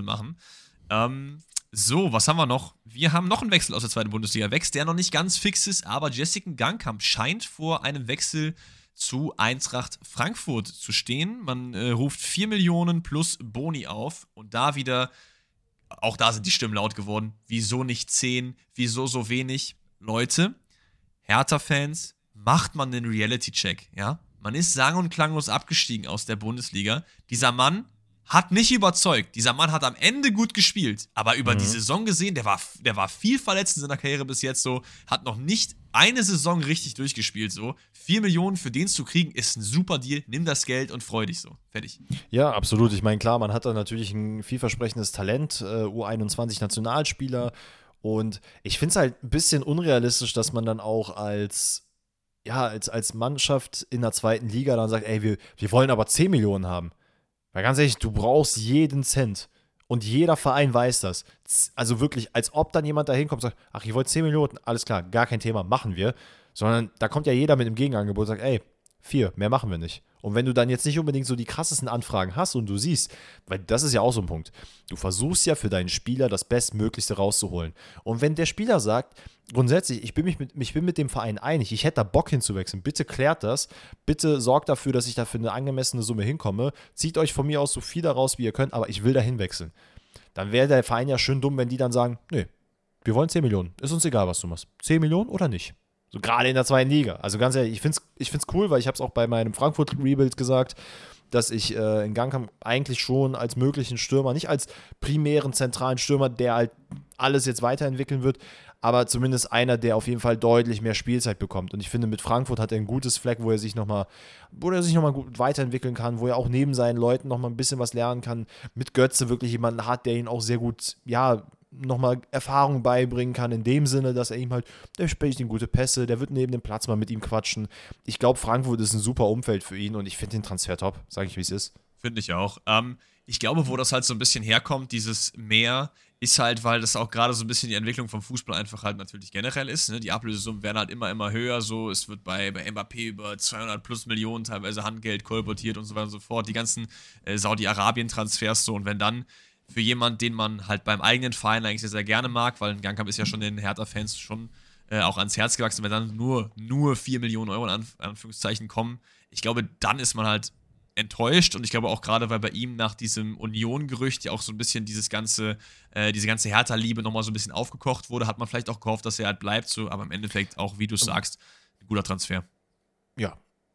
So, was haben wir noch? Wir haben noch einen Wechsel aus der zweiten Bundesliga. Der noch nicht ganz fix ist, aber Jessica Gangkamp scheint vor einem Wechsel zu Eintracht Frankfurt zu stehen. Man ruft 4 Millionen plus Boni auf und da wieder, auch da sind die Stimmen laut geworden. Wieso nicht 10? Wieso so wenig? Leute, Hertha-Fans, macht man den Reality-Check, ja? Man ist sang- und klanglos abgestiegen aus der Bundesliga. Dieser Mann hat nicht überzeugt. Dieser Mann hat am Ende gut gespielt. Aber über die Saison gesehen, der war viel verletzt in seiner Karriere bis jetzt so, hat noch nicht eine Saison richtig durchgespielt so. 4 Millionen für den zu kriegen, ist ein super Deal. Nimm das Geld und freu dich so. Fertig. Ja, absolut. Ich meine, klar, man hat da natürlich ein vielversprechendes Talent, U21-Nationalspieler. Und ich finde es halt ein bisschen unrealistisch, dass man dann auch als Mannschaft in der zweiten Liga dann sagt, ey, wir wollen aber 10 Millionen haben. Weil ganz ehrlich, du brauchst jeden Cent. Und jeder Verein weiß das. Also wirklich, als ob dann jemand da hinkommt und sagt, ach, ich wollte 10 Millionen, alles klar, gar kein Thema, machen wir. Sondern da kommt ja jeder mit einem Gegenangebot und sagt, ey, 4, mehr machen wir nicht. Und wenn du dann jetzt nicht unbedingt so die krassesten Anfragen hast und du siehst, weil das ist ja auch so ein Punkt, du versuchst ja für deinen Spieler das Bestmöglichste rauszuholen. Und wenn der Spieler sagt, grundsätzlich, ich bin mit dem Verein einig, ich hätte da Bock hinzuwechseln, bitte klärt das, bitte sorgt dafür, dass ich da für eine angemessene Summe hinkomme, zieht euch von mir aus so viel daraus, wie ihr könnt, aber ich will da hinwechseln. Dann wäre der Verein ja schön dumm, wenn die dann sagen, nee, wir wollen 10 Millionen, ist uns egal, was du machst. 10 Millionen oder nicht? So gerade in der zweiten Liga. Also ganz ehrlich, ich find's cool, weil ich habe es auch bei meinem Frankfurt-Rebuild gesagt, dass ich in Gangkamp eigentlich schon als möglichen Stürmer, nicht als primären zentralen Stürmer, der halt alles jetzt weiterentwickeln wird, aber zumindest einer, der auf jeden Fall deutlich mehr Spielzeit bekommt. Und ich finde, mit Frankfurt hat er ein gutes Fleck, wo er sich nochmal gut weiterentwickeln kann, wo er auch neben seinen Leuten nochmal ein bisschen was lernen kann. Mit Götze wirklich jemanden hat, der ihn auch sehr gut, ja, nochmal Erfahrung beibringen kann, in dem Sinne, dass er ihm halt, der spielt ihm gute Pässe, der wird neben dem Platz mal mit ihm quatschen. Ich glaube, Frankfurt ist ein super Umfeld für ihn und ich finde den Transfer top, sage ich, wie es ist. Finde ich auch. Ich glaube, wo das halt so ein bisschen herkommt, dieses Mehr, ist halt, weil das auch gerade so ein bisschen die Entwicklung vom Fußball einfach halt natürlich generell ist. Ne? Die Ablösesummen werden halt immer höher. So, es wird bei Mbappé über 200 plus Millionen teilweise Handgeld kolportiert und so weiter und so fort. Die ganzen Saudi-Arabien-Transfers so. Und wenn dann für jemanden, den man halt beim eigenen Verein eigentlich sehr, sehr gerne mag, weil ein Gangkamp ist ja schon den Hertha-Fans schon auch ans Herz gewachsen, wenn dann nur 4 Millionen Euro in Anführungszeichen kommen, ich glaube, dann ist man halt enttäuscht und ich glaube auch gerade, weil bei ihm nach diesem Union-Gerücht ja auch so ein bisschen diese ganze Hertha-Liebe nochmal so ein bisschen aufgekocht wurde, hat man vielleicht auch gehofft, dass er halt bleibt, so, aber im Endeffekt auch, wie du sagst, ein guter Transfer. Ja.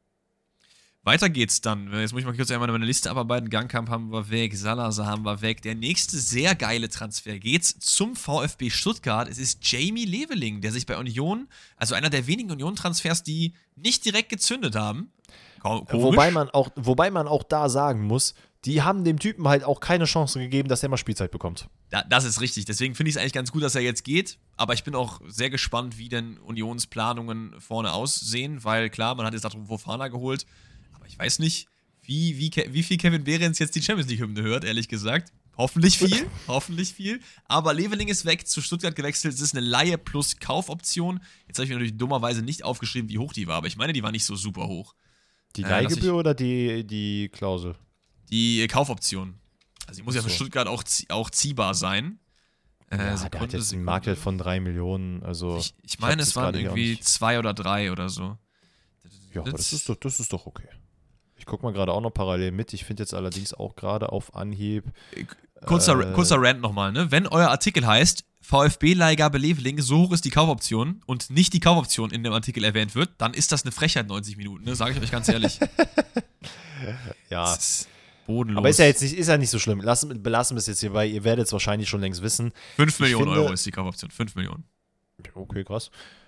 Weiter geht's dann. Jetzt muss ich mal kurz einmal meine Liste abarbeiten. Gangkamp haben wir weg, Salazar haben wir weg. Der nächste sehr geile Transfer geht's zum VfB Stuttgart. Es ist Jamie Leveling, der sich bei Union, also einer der wenigen Union-Transfers, die nicht direkt gezündet haben. Wobei man auch da sagen muss, die haben dem Typen halt auch keine Chance gegeben, dass er mal Spielzeit bekommt. Das ist richtig. Deswegen finde ich es eigentlich ganz gut, dass er jetzt geht. Aber ich bin auch sehr gespannt, wie denn Unionsplanungen vorne aussehen, weil klar, man hat jetzt darum Fofana geholt. Aber ich weiß nicht, wie viel Kevin Behrens jetzt die Champions League-Hymne hört, ehrlich gesagt. Hoffentlich viel. Aber Leveling ist weg, zu Stuttgart gewechselt. Es ist eine Leihe plus Kaufoption. Jetzt habe ich mir natürlich dummerweise nicht aufgeschrieben, wie hoch die war. Aber ich meine, die war nicht so super hoch. Die Leihgebühr oder die Klausel? Die Kaufoption. Also die muss ja für Stuttgart auch ziehbar sein. Der hat jetzt einen Marktwert von 3 Millionen. Also ich meine, es waren irgendwie 2 oder 3 oder so. Ja, aber das ist doch okay. Ich gucke mal gerade auch noch parallel mit. Ich finde jetzt allerdings auch gerade auf Anhieb. Kurzer Rant nochmal, ne? Wenn euer Artikel heißt, VfB-Leihgabe Leveling, so hoch ist die Kaufoption und nicht die Kaufoption in dem Artikel erwähnt wird, dann ist das eine Frechheit 90 Minuten, ne? Sage ich euch ganz ehrlich. Ja. Das ist bodenlos. Aber ist ja nicht so schlimm. Belassen wir es jetzt hier, weil ihr werdet es wahrscheinlich schon längst wissen. 5 Millionen Euro ist die Kaufoption. 5 Millionen. Okay, krass.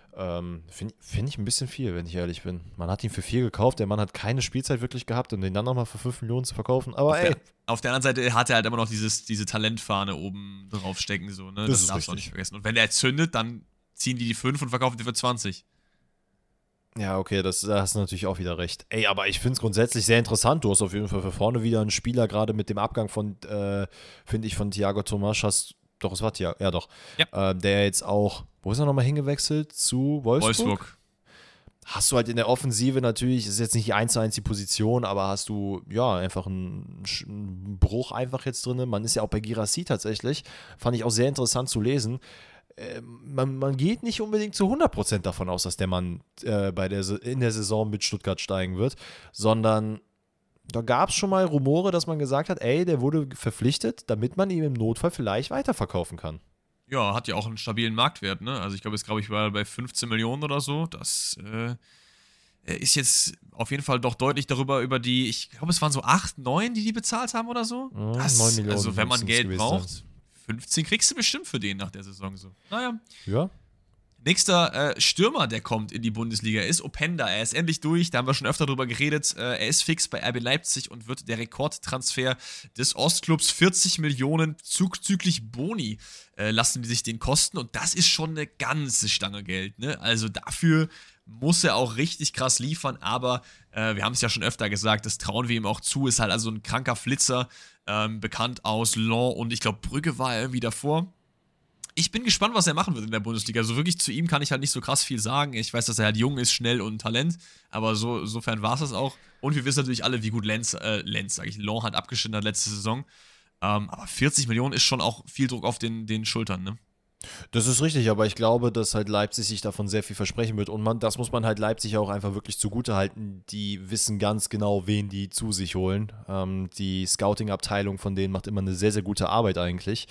Finde ich ein bisschen viel, wenn ich ehrlich bin. Man hat ihn für 4 gekauft, der Mann hat keine Spielzeit wirklich gehabt, um den dann nochmal für 5 Millionen zu verkaufen. Aber auf der anderen Seite hat er halt immer noch diese Talentfahne oben drauf stecken, so, ne? Das darfst du auch nicht vergessen. Und wenn der zündet, dann ziehen die 5 und verkaufen die für 20. Ja, okay, da hast du natürlich auch wieder recht. Ey, aber ich finde es grundsätzlich sehr interessant. Du hast auf jeden Fall für vorne wieder einen Spieler, gerade mit dem Abgang von, finde ich, von Thiago Tomas. Doch, es war Thiago, ja doch. Ja. Der jetzt auch, wo ist er nochmal hingewechselt? Zu Wolfsburg? Hast du halt in der Offensive natürlich, ist jetzt nicht 1:1 die Position, aber hast du, ja, einfach einen Bruch einfach jetzt drin. Man ist ja auch bei Guirassy tatsächlich, fand ich auch sehr interessant zu lesen. Man geht nicht unbedingt zu 100% davon aus, dass der Mann in der Saison mit Stuttgart steigen wird, sondern da gab es schon mal Rumore, dass man gesagt hat, ey, der wurde verpflichtet, damit man ihn im Notfall vielleicht weiterverkaufen kann. Ja, hat ja auch einen stabilen Marktwert, ne? Also ich glaube, jetzt war bei 15 Millionen oder so. Das ist jetzt auf jeden Fall doch deutlich über die, ich glaube, es waren so 8, 9, die bezahlt haben oder so. 9 Millionen. Also wenn man Geld braucht, 15 kriegst du bestimmt für den nach der Saison so. Naja. Ja. Nächster Stürmer, der kommt in die Bundesliga, ist Openda. Er ist endlich durch, da haben wir schon öfter drüber geredet. Er ist fix bei RB Leipzig und wird der Rekordtransfer des Ostclubs. 40 Millionen zuzüglich Boni lassen die sich den kosten. Und das ist schon eine ganze Stange Geld, ne? Also dafür muss er auch richtig krass liefern. Aber wir haben es ja schon öfter gesagt, das trauen wir ihm auch zu. Ist halt also ein kranker Flitzer, bekannt aus Lens und ich glaube Brügge war er irgendwie davor. Ich bin gespannt, was er machen wird in der Bundesliga. Also wirklich zu ihm kann ich halt nicht so krass viel sagen. Ich weiß, dass er halt jung ist, schnell und Talent, aber sofern war es das auch. Und wir wissen natürlich alle, wie gut Lens hat abgeschnitten hat letzte Saison. Aber 40 Millionen ist schon auch viel Druck auf den Schultern, ne? Das ist richtig, aber ich glaube, dass halt Leipzig sich davon sehr viel versprechen wird und das muss man halt Leipzig auch einfach wirklich zugute halten. Die wissen ganz genau, wen die zu sich holen. Die Scouting-Abteilung von denen macht immer eine sehr, sehr gute Arbeit eigentlich.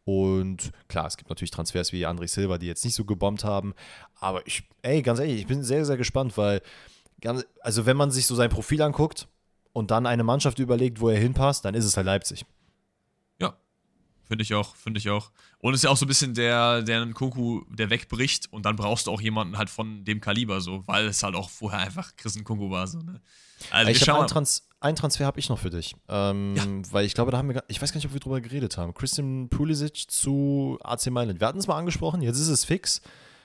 Und klar, es gibt natürlich Transfers wie André Silva, die jetzt nicht so gebombt haben. Aber ganz ehrlich, ich bin sehr, sehr gespannt, weil, also wenn man sich so sein Profil anguckt und dann eine Mannschaft überlegt, wo er hinpasst, dann ist es halt Leipzig. Ja, finde ich auch. Und es ist ja auch so ein bisschen der Nkunku, der wegbricht und dann brauchst du auch jemanden halt von dem Kaliber so, weil es halt auch vorher einfach Chris Nkunku war. So, ne? Also ich habe einen Transfer habe ich noch für dich. Weil ich glaube, ich weiß gar nicht, ob wir drüber geredet haben. Christian Pulisic zu AC Mailand. Wir hatten es mal angesprochen, jetzt ist es fix.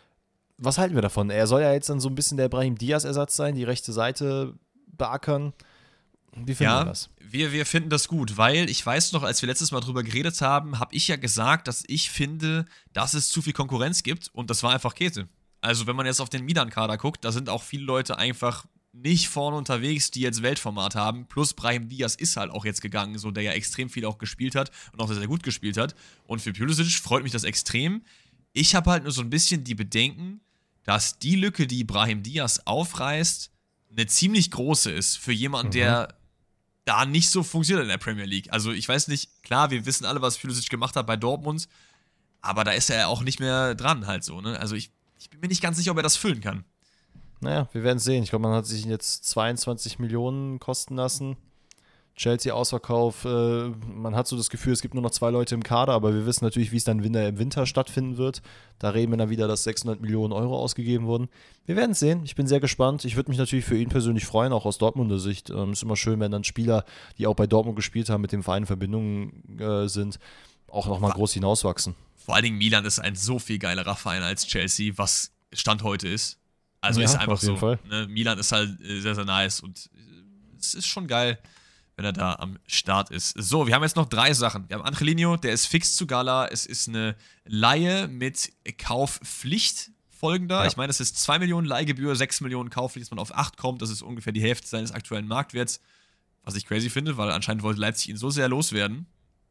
Was halten wir davon? Er soll ja jetzt dann so ein bisschen der Brahim Diaz-Ersatz sein, die rechte Seite beackern. Wie finden wir das? Wir finden das gut, weil ich weiß noch, als wir letztes Mal drüber geredet haben, habe ich ja gesagt, dass ich finde, dass es zu viel Konkurrenz gibt und das war einfach Käse. Also wenn man jetzt auf den Milan-Kader guckt, da sind auch viele Leute einfach nicht vorne unterwegs, die jetzt Weltformat haben, plus Brahim Diaz ist halt auch jetzt gegangen, so der ja extrem viel auch gespielt hat und auch sehr, sehr gut gespielt hat und für Pulisic freut mich das extrem. Ich habe halt nur so ein bisschen die Bedenken, dass die Lücke, die Brahim Diaz aufreißt, eine ziemlich große ist für jemanden, der da nicht so funktioniert in der Premier League. Also ich weiß nicht, klar, wir wissen alle, was Pulisic gemacht hat bei Dortmund, aber da ist er ja auch nicht mehr dran halt so, ne? Also ich bin mir nicht ganz sicher, ob er das füllen kann. Naja, wir werden es sehen. Ich glaube, man hat sich jetzt 22 Millionen kosten lassen. Chelsea-Ausverkauf, man hat so das Gefühl, es gibt nur noch 2 Leute im Kader, aber wir wissen natürlich, wie es dann im Winter stattfinden wird. Da reden wir dann wieder, dass 600 Millionen Euro ausgegeben wurden. Wir werden es sehen. Ich bin sehr gespannt. Ich würde mich natürlich für ihn persönlich freuen, auch aus Dortmunder Sicht. Ist immer schön, wenn dann Spieler, die auch bei Dortmund gespielt haben, mit dem Verein in Verbindung sind, auch nochmal groß hinauswachsen. Vor allen Dingen Milan ist ein so viel geilerer Verein als Chelsea, was Stand heute ist. Also ja, ist einfach auf jeden so. Fall. Ne? Milan ist halt sehr, sehr nice und es ist schon geil, wenn er da am Start ist. So, wir haben jetzt noch 3 Sachen. Wir haben Angelino, der ist fix zu Gala. Es ist eine Leihe mit Kaufpflicht folgender. Ja. Ich meine, es ist 2 Millionen Leihgebühr, 6 Millionen Kaufpflicht, dass man auf 8 kommt. Das ist ungefähr die Hälfte seines aktuellen Marktwerts. Was ich crazy finde, weil anscheinend wollte Leipzig ihn so sehr loswerden.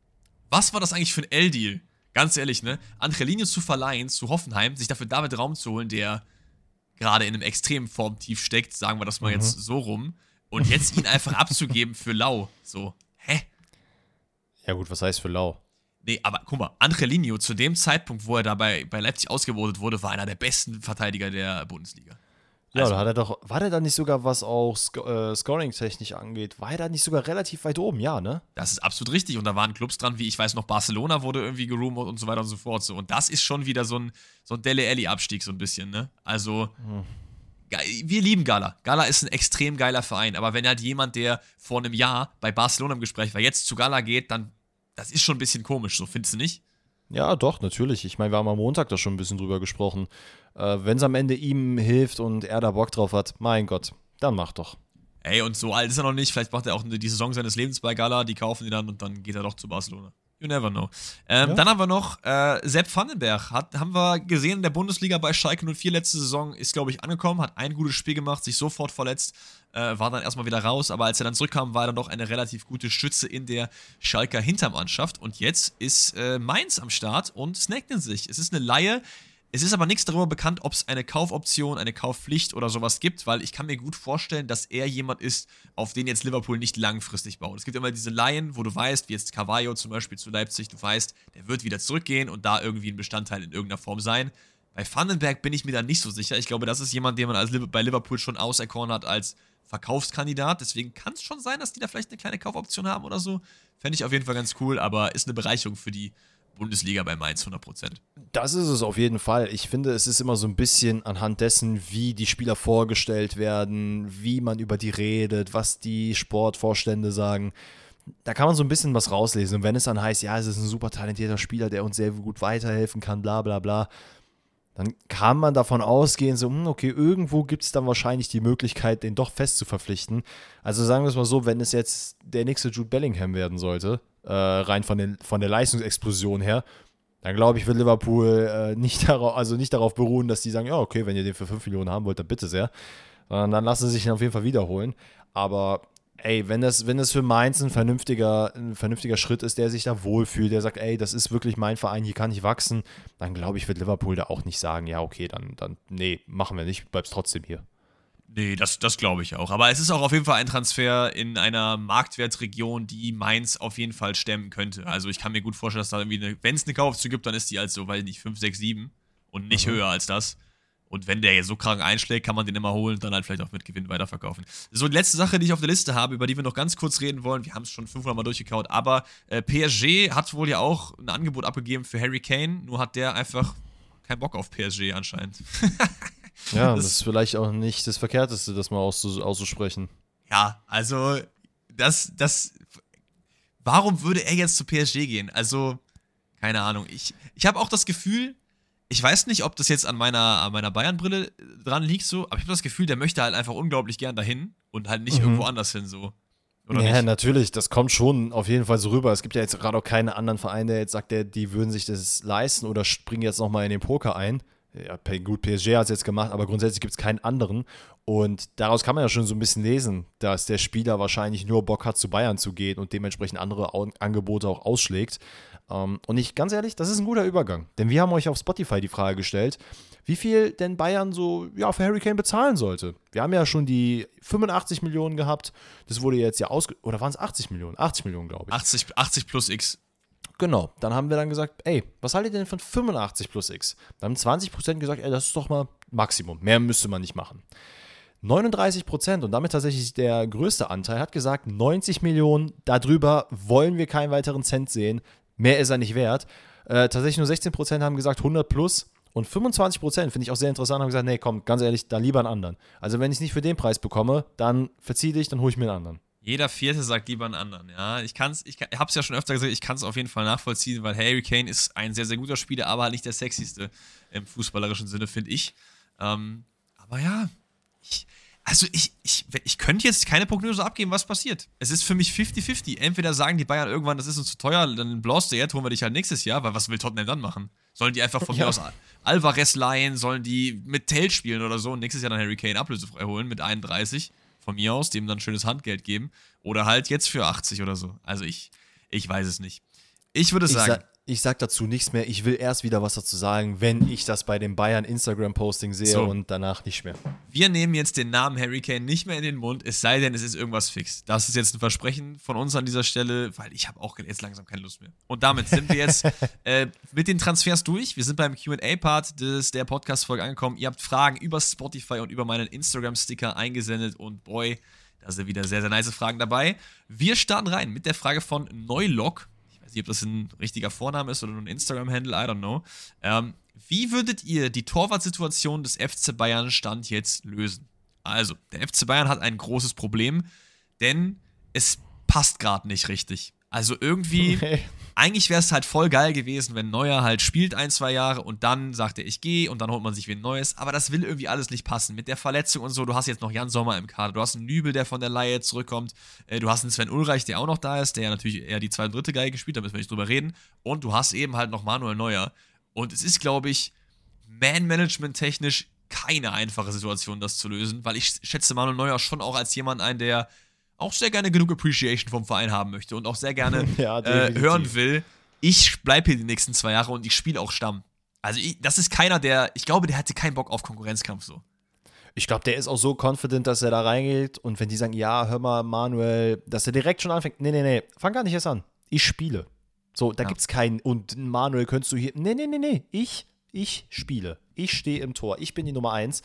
Was war das eigentlich für ein L-Deal? Ganz ehrlich, ne? Angelino zu verleihen, zu Hoffenheim, sich dafür David Raum zu holen, der gerade in einem extremen Formtief steckt, sagen wir das mal jetzt so rum. Und jetzt ihn einfach abzugeben für lau. So, hä? Ja gut, was heißt für lau? Nee, aber guck mal, Angelino zu dem Zeitpunkt, wo er da bei Leipzig ausgevotet wurde, war einer der besten Verteidiger der Bundesliga. Ja, also, da hat er doch, war der da nicht sogar, was auch Scoring-technisch angeht, war er da nicht sogar relativ weit oben, ja, ne? Das ist absolut richtig und da waren Clubs dran, wie ich weiß noch, Barcelona wurde irgendwie gerumort und so weiter und so fort. So. Und das ist schon wieder so ein Dele Alli-Abstieg so ein bisschen, ne? Also, wir lieben Gala. Gala ist ein extrem geiler Verein, aber wenn halt jemand, der vor einem Jahr bei Barcelona im Gespräch war, jetzt zu Gala geht, dann, das ist schon ein bisschen komisch, so findest du nicht? Ja, doch, natürlich. Ich meine, wir haben am Montag da schon ein bisschen drüber gesprochen. Wenn es am Ende ihm hilft und er da Bock drauf hat, mein Gott, dann mach doch. Ey, und so alt ist er noch nicht. Vielleicht macht er auch die Saison seines Lebens bei Gala, die kaufen ihn dann und dann geht er doch zu Barcelona. You never know. Ja. Dann haben wir noch Sepp Vandenberg. Haben wir gesehen in der Bundesliga bei Schalke 04 letzte Saison. Ist, glaube ich, angekommen, hat ein gutes Spiel gemacht, sich sofort verletzt, war dann erstmal wieder raus. Aber als er dann zurückkam, war er dann doch eine relativ gute Stütze in der Schalker Hintermannschaft. Und jetzt ist Mainz am Start und snackt in sich. Es ist eine Leihe. Es ist aber nichts darüber bekannt, ob es eine Kaufoption, eine Kaufpflicht oder sowas gibt, weil ich kann mir gut vorstellen, dass er jemand ist, auf den jetzt Liverpool nicht langfristig baut. Es gibt immer diese Leihen, wo du weißt, wie jetzt Carvalho zum Beispiel zu Leipzig, du weißt, der wird wieder zurückgehen und da irgendwie ein Bestandteil in irgendeiner Form sein. Bei Vandenberg bin ich mir da nicht so sicher. Ich glaube, das ist jemand, den man bei Liverpool schon auserkoren hat als Verkaufskandidat. Deswegen kann es schon sein, dass die da vielleicht eine kleine Kaufoption haben oder so. Fände ich auf jeden Fall ganz cool, aber ist eine Bereicherung für die Bundesliga bei Mainz 100%. Das ist es auf jeden Fall. Ich finde, es ist immer so ein bisschen anhand dessen, wie die Spieler vorgestellt werden, wie man über die redet, was die Sportvorstände sagen. Da kann man so ein bisschen was rauslesen. Und wenn es dann heißt, ja, es ist ein super talentierter Spieler, der uns sehr gut weiterhelfen kann, bla bla bla, dann kann man davon ausgehen, so, okay, irgendwo gibt es dann wahrscheinlich die Möglichkeit, den doch fest zu verpflichten. Also sagen wir es mal so, wenn es jetzt der nächste Jude Bellingham werden sollte, rein von der Leistungsexplosion her, dann glaube ich, wird Liverpool nicht darauf beruhen, dass die sagen, ja, okay, wenn ihr den für 5 Millionen haben wollt, dann bitte sehr. Sondern dann lassen sie sich ihn auf jeden Fall wiederholen. Aber ey, wenn das für Mainz ein vernünftiger Schritt ist, der sich da wohlfühlt, der sagt, ey, das ist wirklich mein Verein, hier kann ich wachsen, dann glaube ich, wird Liverpool da auch nicht sagen, ja, okay, dann nee, machen wir nicht, bleibst trotzdem hier. Nee, das glaube ich auch. Aber es ist auch auf jeden Fall ein Transfer in einer Marktwertregion, die Mainz auf jeden Fall stemmen könnte. Also ich kann mir gut vorstellen, dass da irgendwie, wenn es eine Kaufoption gibt, dann ist die halt so, weil nicht 5, 6, 7 und nicht höher als das. Und wenn der jetzt so krank einschlägt, kann man den immer holen und dann halt vielleicht auch mit Gewinn weiterverkaufen. So, die letzte Sache, die ich auf der Liste habe, über die wir noch ganz kurz reden wollen, wir haben es schon 500 Mal durchgekaut, aber PSG hat wohl ja auch ein Angebot abgegeben für Harry Kane, nur hat der einfach keinen Bock auf PSG anscheinend. Ja, das ist vielleicht auch nicht das Verkehrteste, das mal auszusprechen. Ja, also, warum würde er jetzt zu PSG gehen? Also, keine Ahnung. Ich habe auch das Gefühl, ich weiß nicht, ob das jetzt an meiner Bayern-Brille dran liegt, so, aber ich habe das Gefühl, der möchte halt einfach unglaublich gern dahin und halt nicht irgendwo anders hin, so. Oder ja, nicht? Natürlich, das kommt schon auf jeden Fall so rüber. Es gibt ja jetzt gerade auch keinen anderen Verein, der jetzt sagt, die würden sich das leisten oder springen jetzt nochmal in den Poker ein. Ja, gut, PSG hat es jetzt gemacht, aber grundsätzlich gibt es keinen anderen. Und daraus kann man ja schon so ein bisschen lesen, dass der Spieler wahrscheinlich nur Bock hat, zu Bayern zu gehen und dementsprechend andere Angebote auch ausschlägt. Und ich, ganz ehrlich, das ist ein guter Übergang. Denn wir haben euch auf Spotify die Frage gestellt, wie viel denn Bayern so für Harry Kane bezahlen sollte. Wir haben ja schon die 85 Millionen gehabt. Das wurde jetzt ja oder waren es 80 Millionen? 80 Millionen, glaube ich. 80 plus X. Genau, dann haben wir dann gesagt, ey, was haltet ihr denn von 85 plus X? Dann haben 20% gesagt, ey, das ist doch mal Maximum, mehr müsste man nicht machen. 39% und damit tatsächlich der größte Anteil hat gesagt, 90 Millionen, darüber wollen wir keinen weiteren Cent sehen, mehr ist er nicht wert. Tatsächlich nur 16% haben gesagt 100 plus und 25%, finde ich auch sehr interessant, haben gesagt, nee, komm, ganz ehrlich, da lieber einen anderen. Also wenn ich es nicht für den Preis bekomme, dann verzieh dich, dann hole ich mir einen anderen. Jeder Vierte sagt lieber einen anderen, ja. Ich habe es ja schon öfter gesagt, ich kann es auf jeden Fall nachvollziehen, weil Harry Kane ist ein sehr, sehr guter Spieler, aber halt nicht der sexyste im fußballerischen Sinne, finde ich. Aber ja, ich könnte jetzt keine Prognose abgeben, was passiert. Es ist für mich 50-50. Entweder sagen die Bayern irgendwann, das ist uns zu teuer, dann blast du jetzt, holen wir dich halt nächstes Jahr, weil was will Tottenham dann machen? Sollen die einfach von mir aus Alvarez leihen, sollen die mit Tell spielen oder so und nächstes Jahr dann Harry Kane ablösefrei holen mit 31? Von mir aus, dem dann schönes Handgeld geben. Oder halt jetzt für 80 oder so. Also ich weiß es nicht. Ich würde sagen. Ich sag dazu nichts mehr. Ich will erst wieder was dazu sagen, wenn ich das bei dem Bayern Instagram-Posting sehe und danach nicht mehr. Wir nehmen jetzt den Namen Harry Kane nicht mehr in den Mund, es sei denn, es ist irgendwas fix. Das ist jetzt ein Versprechen von uns an dieser Stelle, weil ich habe auch jetzt langsam keine Lust mehr. Und damit sind wir jetzt mit den Transfers durch. Wir sind beim Q&A-Part der Podcast-Folge angekommen. Ihr habt Fragen über Spotify und über meinen Instagram-Sticker eingesendet und boy, da sind wieder sehr, sehr nice Fragen dabei. Wir starten rein mit der Frage von Neulock. Ich weiß nicht, ob das ein richtiger Vorname ist oder nur ein Instagram-Handle, I don't know. Wie würdet ihr die Torwartsituation des FC Bayern Stand jetzt lösen? Also, der FC Bayern hat ein großes Problem, denn es passt gerade nicht richtig. Also irgendwie, eigentlich wäre es halt voll geil gewesen, wenn Neuer halt spielt 1-2 Jahre und dann sagt er, ich gehe und dann holt man sich wieder ein Neues. Aber das will irgendwie alles nicht passen. Mit der Verletzung und so, du hast jetzt noch Jan Sommer im Kader, du hast einen Nübel, der von der Leihe zurückkommt, du hast einen Sven Ulreich, der auch noch da ist, der ja natürlich eher die zweite und dritte Geige gespielt, da müssen wir nicht drüber reden. Und du hast eben halt noch Manuel Neuer. Und es ist, glaube ich, Man-Management-technisch keine einfache Situation, das zu lösen, weil ich schätze Manuel Neuer schon auch als jemand ein, der auch sehr gerne genug Appreciation vom Verein haben möchte und auch sehr gerne hören will, ich bleibe hier die nächsten 2 Jahre und ich spiele auch Stamm. Also das ist keiner, ich glaube, der hatte keinen Bock auf Konkurrenzkampf so. Ich glaube, der ist auch so confident, dass er da reingeht und wenn die sagen, ja, hör mal, Manuel, dass er direkt schon anfängt, nee, fang gar nicht erst an, ich spiele. So, da gibt's keinen, und Manuel, könntest du hier, nee, ich spiele, ich stehe im Tor, ich bin die Nummer 1.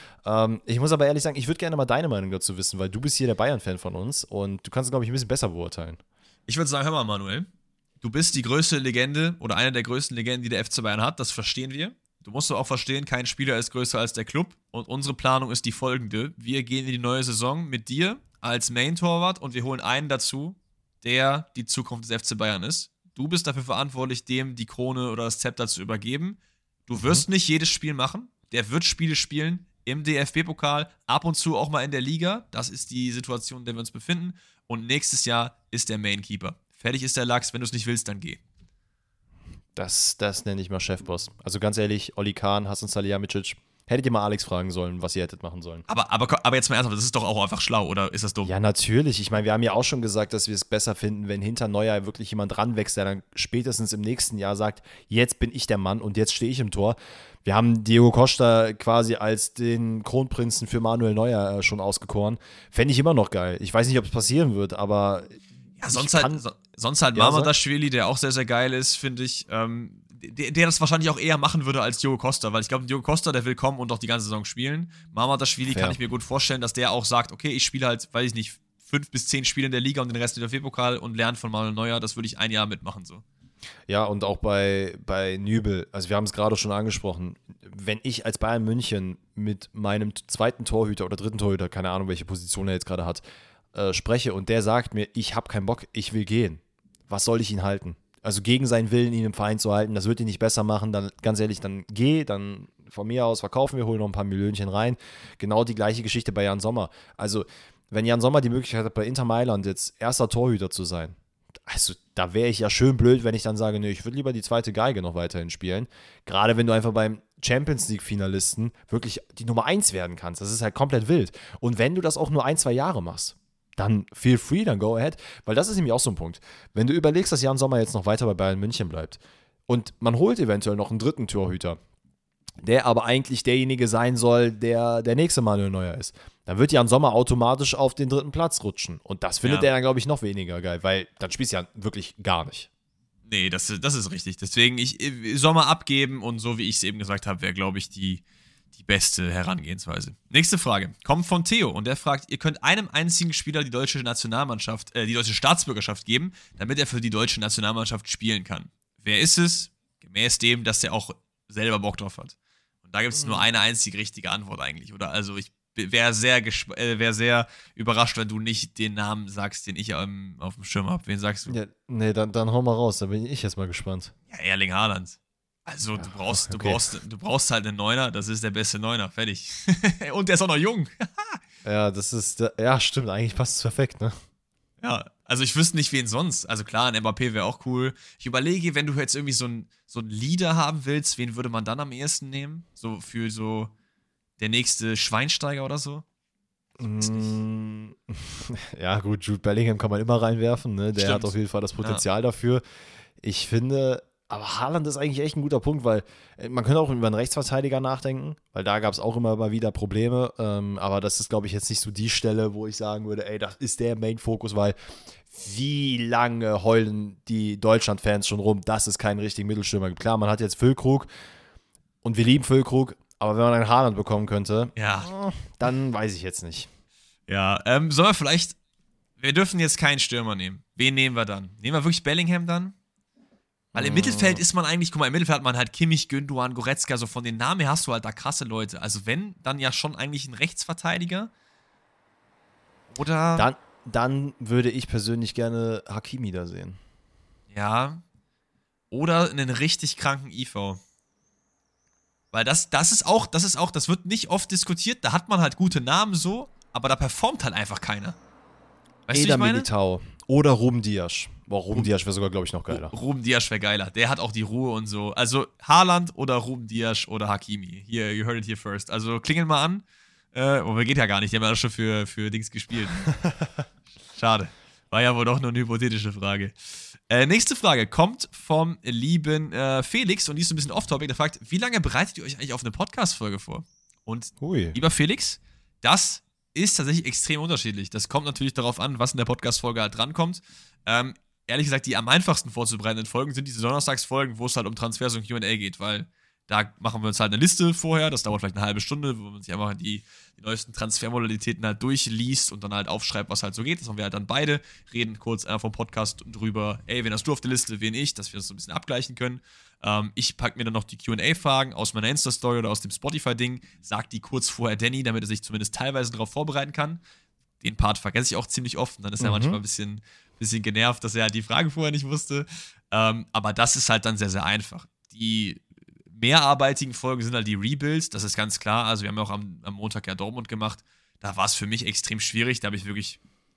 Ich muss aber ehrlich sagen, ich würde gerne mal deine Meinung dazu wissen, weil du bist hier der Bayern-Fan von uns und du kannst es, glaube ich, ein bisschen besser beurteilen. Ich würde sagen, hör mal, Manuel, du bist die größte Legende oder eine der größten Legenden, die der FC Bayern hat, das verstehen wir. Du musst auch verstehen, kein Spieler ist größer als der Club und unsere Planung ist die folgende. Wir gehen in die neue Saison mit dir als Main-Torwart und wir holen einen dazu, der die Zukunft des FC Bayern ist. Du bist dafür verantwortlich, dem die Krone oder das Zepter zu übergeben. Du wirst nicht jedes Spiel machen, der wird Spiele spielen, im DFB-Pokal, ab und zu auch mal in der Liga. Das ist die Situation, in der wir uns befinden. Und nächstes Jahr ist der Mainkeeper. Fertig ist der Lachs. Wenn du es nicht willst, dann geh. Das nenne ich mal Chefboss. Also ganz ehrlich, Oli Kahn, Hasan Salihamidzic, hättet ihr mal Alex fragen sollen, was ihr hättet machen sollen. Aber jetzt mal ernsthaft, das ist doch auch einfach schlau, oder ist das dumm? Ja, natürlich. Ich meine, wir haben ja auch schon gesagt, dass wir es besser finden, wenn hinter Neuer wirklich jemand ranwächst, der dann spätestens im nächsten Jahr sagt, jetzt bin ich der Mann und jetzt stehe ich im Tor. Wir haben Diego Costa quasi als den Kronprinzen für Manuel Neuer schon ausgekoren. Fände ich immer noch geil. Ich weiß nicht, ob es passieren wird, aber ja, sonst halt Mamardashvili, der auch sehr, sehr geil ist, finde ich. Der das wahrscheinlich auch eher machen würde als Diogo Costa, weil ich glaube, Diogo Costa, der will kommen und auch die ganze Saison spielen. Mamardashvili kann ich mir gut vorstellen, dass der auch sagt, okay, ich spiele halt, weiß ich nicht, 5 bis 10 Spiele in der Liga und den Rest in der DFB-Pokal und lerne von Manuel Neuer, das würde ich ein Jahr mitmachen, so. ja, und auch bei Nübel, also wir haben es gerade schon angesprochen, wenn ich als Bayern München mit meinem zweiten Torhüter oder dritten Torhüter, keine Ahnung, welche Position er jetzt gerade hat, spreche und der sagt mir, ich habe keinen Bock, ich will gehen, was soll ich ihn halten? Also gegen seinen Willen, ihn im Verein zu halten, das wird ihn nicht besser machen, dann ganz ehrlich, dann geh, dann von mir aus verkaufen wir, holen noch ein paar Millionchen rein. Genau die gleiche Geschichte bei Jan Sommer. Also wenn Jan Sommer die Möglichkeit hat, bei Inter Mailand jetzt erster Torhüter zu sein, also da wäre ich ja schön blöd, wenn ich dann sage, nee, ich würde lieber die zweite Geige noch weiterhin spielen. Gerade wenn du einfach beim Champions League-Finalisten wirklich die Nummer 1 werden kannst. Das ist halt komplett wild. Und wenn du das auch nur 1-2 Jahre machst, dann feel free, dann go ahead. Weil das ist nämlich auch so ein Punkt. Wenn du überlegst, dass Jan Sommer jetzt noch weiter bei Bayern München bleibt und man holt eventuell noch einen dritten Torhüter, der aber eigentlich derjenige sein soll, der nächste Manuel Neuer ist, dann wird Jan Sommer automatisch auf den dritten Platz rutschen. Und das findet er dann, glaube ich, noch weniger geil, weil dann spielst du ja wirklich gar nicht. Nee, das ist richtig. Deswegen Sommer abgeben und so wie ich es eben gesagt habe, wäre, glaube ich, die beste Herangehensweise. Nächste Frage kommt von Theo und der fragt, ihr könnt einem einzigen Spieler die deutsche Nationalmannschaft, die deutsche Staatsbürgerschaft geben, damit er für die deutsche Nationalmannschaft spielen kann. Wer ist es? Gemäß dem, dass der auch selber Bock drauf hat. Und da gibt es nur eine einzige richtige Antwort eigentlich, oder? Also ich wäre sehr überrascht, wenn du nicht den Namen sagst, den ich auf dem Schirm habe. Wen sagst du? Ja, nee, dann hau mal raus, da bin ich jetzt mal gespannt. Ja, Erling Haaland. Also du brauchst halt einen Neuner, das ist der beste Neuner, fertig. Und der ist auch noch jung. Ja, ja, stimmt, eigentlich passt es perfekt, ne? Ja, also ich wüsste nicht, wen sonst. Also klar, ein Mbappé wäre auch cool. Ich überlege, wenn du jetzt irgendwie so einen Leader haben willst, wen würde man dann am ehesten nehmen? So für so der nächste Schweinsteiger oder so? Ja, gut, Jude Bellingham kann man immer reinwerfen, ne? Der Stimmt. hat auf jeden Fall das Potenzial dafür. Ich finde, aber Haaland ist eigentlich echt ein guter Punkt, weil man könnte auch über einen Rechtsverteidiger nachdenken, weil da gab es auch immer mal wieder Probleme. Aber das ist, glaube ich, jetzt nicht so die Stelle, wo ich sagen würde, ey, das ist der Main-Fokus, weil wie lange heulen die Deutschland-Fans schon rum, dass es keinen richtigen Mittelstürmer gibt. Klar, man hat jetzt Füllkrug und wir lieben Füllkrug, aber wenn man einen Haaland bekommen könnte, dann weiß ich jetzt nicht. Ja, sollen wir vielleicht, wir dürfen jetzt keinen Stürmer nehmen. Wen nehmen wir dann? Nehmen wir wirklich Bellingham dann? Weil im Mittelfeld ist man eigentlich, guck mal, im Mittelfeld hat man halt Kimmich, Gündogan, Goretzka, so von den Namen her hast du halt da krasse Leute. Also wenn, dann ja schon eigentlich ein Rechtsverteidiger. Oder? Dann würde ich persönlich gerne Hakimi da sehen. Ja. Oder einen richtig kranken IV. Weil das wird nicht oft diskutiert, da hat man halt gute Namen so, aber da performt halt einfach keiner. Weißt du, wie ich meine? Militao oder Ruben Dias. Boah, Ruben Dias wäre sogar, glaube ich, noch geiler. Ruben Dias wäre geiler. Der hat auch die Ruhe und so. Also Haaland oder Ruben Dias oder Hakimi. Hier, you heard it here first. Also klingeln mal an. Geht ja gar nicht. Die haben ja schon für Dings gespielt. Schade. War ja wohl doch nur eine hypothetische Frage. Nächste Frage kommt vom lieben Felix und die ist so ein bisschen off-topic. Der fragt, wie lange bereitet ihr euch eigentlich auf eine Podcast-Folge vor? Und lieber Felix, das ist tatsächlich extrem unterschiedlich. Das kommt natürlich darauf an, was in der Podcast-Folge halt drankommt. Ehrlich gesagt, die am einfachsten vorzubereitenden Folgen sind diese Donnerstagsfolgen, wo es halt um Transfers und Q&A geht, weil da machen wir uns halt eine Liste vorher, das dauert vielleicht eine halbe Stunde, wo man sich einfach die neuesten Transfermodalitäten halt durchliest und dann halt aufschreibt, was halt so geht. Das machen wir halt dann beide, reden kurz einfach vom Podcast drüber, ey, wen hast du auf der Liste, wen ich, dass wir das so ein bisschen abgleichen können. Ich packe mir dann noch die Q&A-Fragen aus meiner Insta-Story oder aus dem Spotify-Ding, sag die kurz vorher Danny, damit er sich zumindest teilweise darauf vorbereiten kann. Den Part vergesse ich auch ziemlich oft und dann ist er manchmal ein bisschen genervt, dass er halt die Frage vorher nicht wusste. Aber das ist halt dann sehr, sehr einfach. Die mehrarbeitigen Folgen sind halt die Rebuilds, das ist ganz klar. Also wir haben ja auch am Montag ja Dortmund gemacht. Da war es für mich extrem schwierig. Da habe ich wirklich, wie lange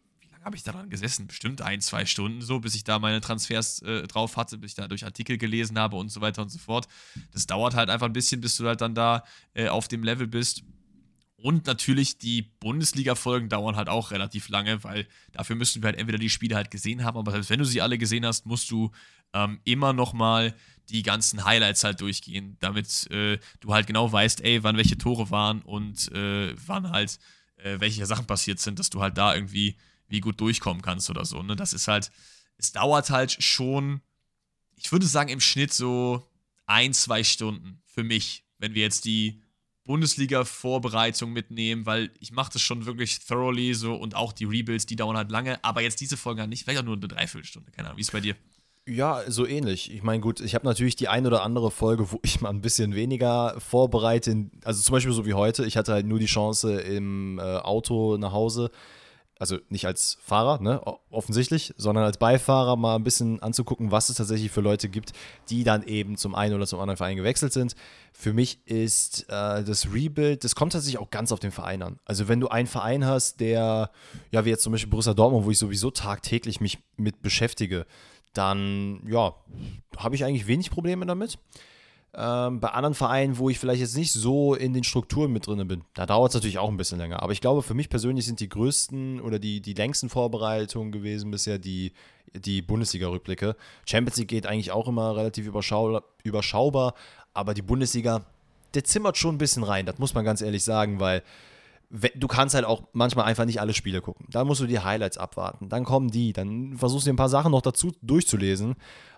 lange habe ich daran gesessen? Bestimmt 1, 2 Stunden so, bis ich da meine Transfers drauf hatte, bis ich da durch Artikel gelesen habe und so weiter und so fort. Das dauert halt einfach ein bisschen, bis du halt dann da auf dem Level bist. Und natürlich die Bundesliga-Folgen dauern halt auch relativ lange, weil dafür müssten wir halt entweder die Spiele halt gesehen haben, aber selbst wenn du sie alle gesehen hast, musst du immer nochmal die ganzen Highlights halt durchgehen, damit du halt genau weißt, ey, wann welche Tore waren und wann halt welche Sachen passiert sind, dass du halt da irgendwie wie gut durchkommen kannst oder so. Ne? Das ist halt, es dauert halt schon, ich würde sagen, im Schnitt so 1, 2 Stunden für mich, wenn wir jetzt die Bundesliga-Vorbereitung mitnehmen, weil ich mache das schon wirklich thoroughly so und auch die Rebuilds, die dauern halt lange, aber jetzt diese Folge halt nicht, vielleicht auch nur eine Dreiviertelstunde, keine Ahnung, wie ist es bei dir? Ja, so ähnlich. Ich meine, gut, ich habe natürlich die ein oder andere Folge, wo ich mal ein bisschen weniger vorbereite. Also zum Beispiel so wie heute. Ich hatte halt nur die Chance im Auto nach Hause, also nicht als Fahrer, ne, offensichtlich, sondern als Beifahrer mal ein bisschen anzugucken, was es tatsächlich für Leute gibt, die dann eben zum einen oder zum anderen Verein gewechselt sind. Für mich ist das Rebuild, das kommt tatsächlich auch ganz auf den Verein an. Also wenn du einen Verein hast, der, ja, wie jetzt zum Beispiel Borussia Dortmund, wo ich sowieso tagtäglich mich mit beschäftige, dann, ja, habe ich eigentlich wenig Probleme damit. Bei anderen Vereinen, wo ich vielleicht jetzt nicht so in den Strukturen mit drin bin, da dauert es natürlich auch ein bisschen länger. Aber ich glaube, für mich persönlich sind die größten oder die längsten Vorbereitungen gewesen bisher die Bundesliga-Rückblicke. Champions League geht eigentlich auch immer relativ überschaubar, aber die Bundesliga, der zimmert schon ein bisschen rein, das muss man ganz ehrlich sagen, weil du kannst halt auch manchmal einfach nicht alle Spiele gucken. Da musst du die Highlights abwarten. Dann kommen die, dann versuchst du dir ein paar Sachen noch dazu durchzulesen.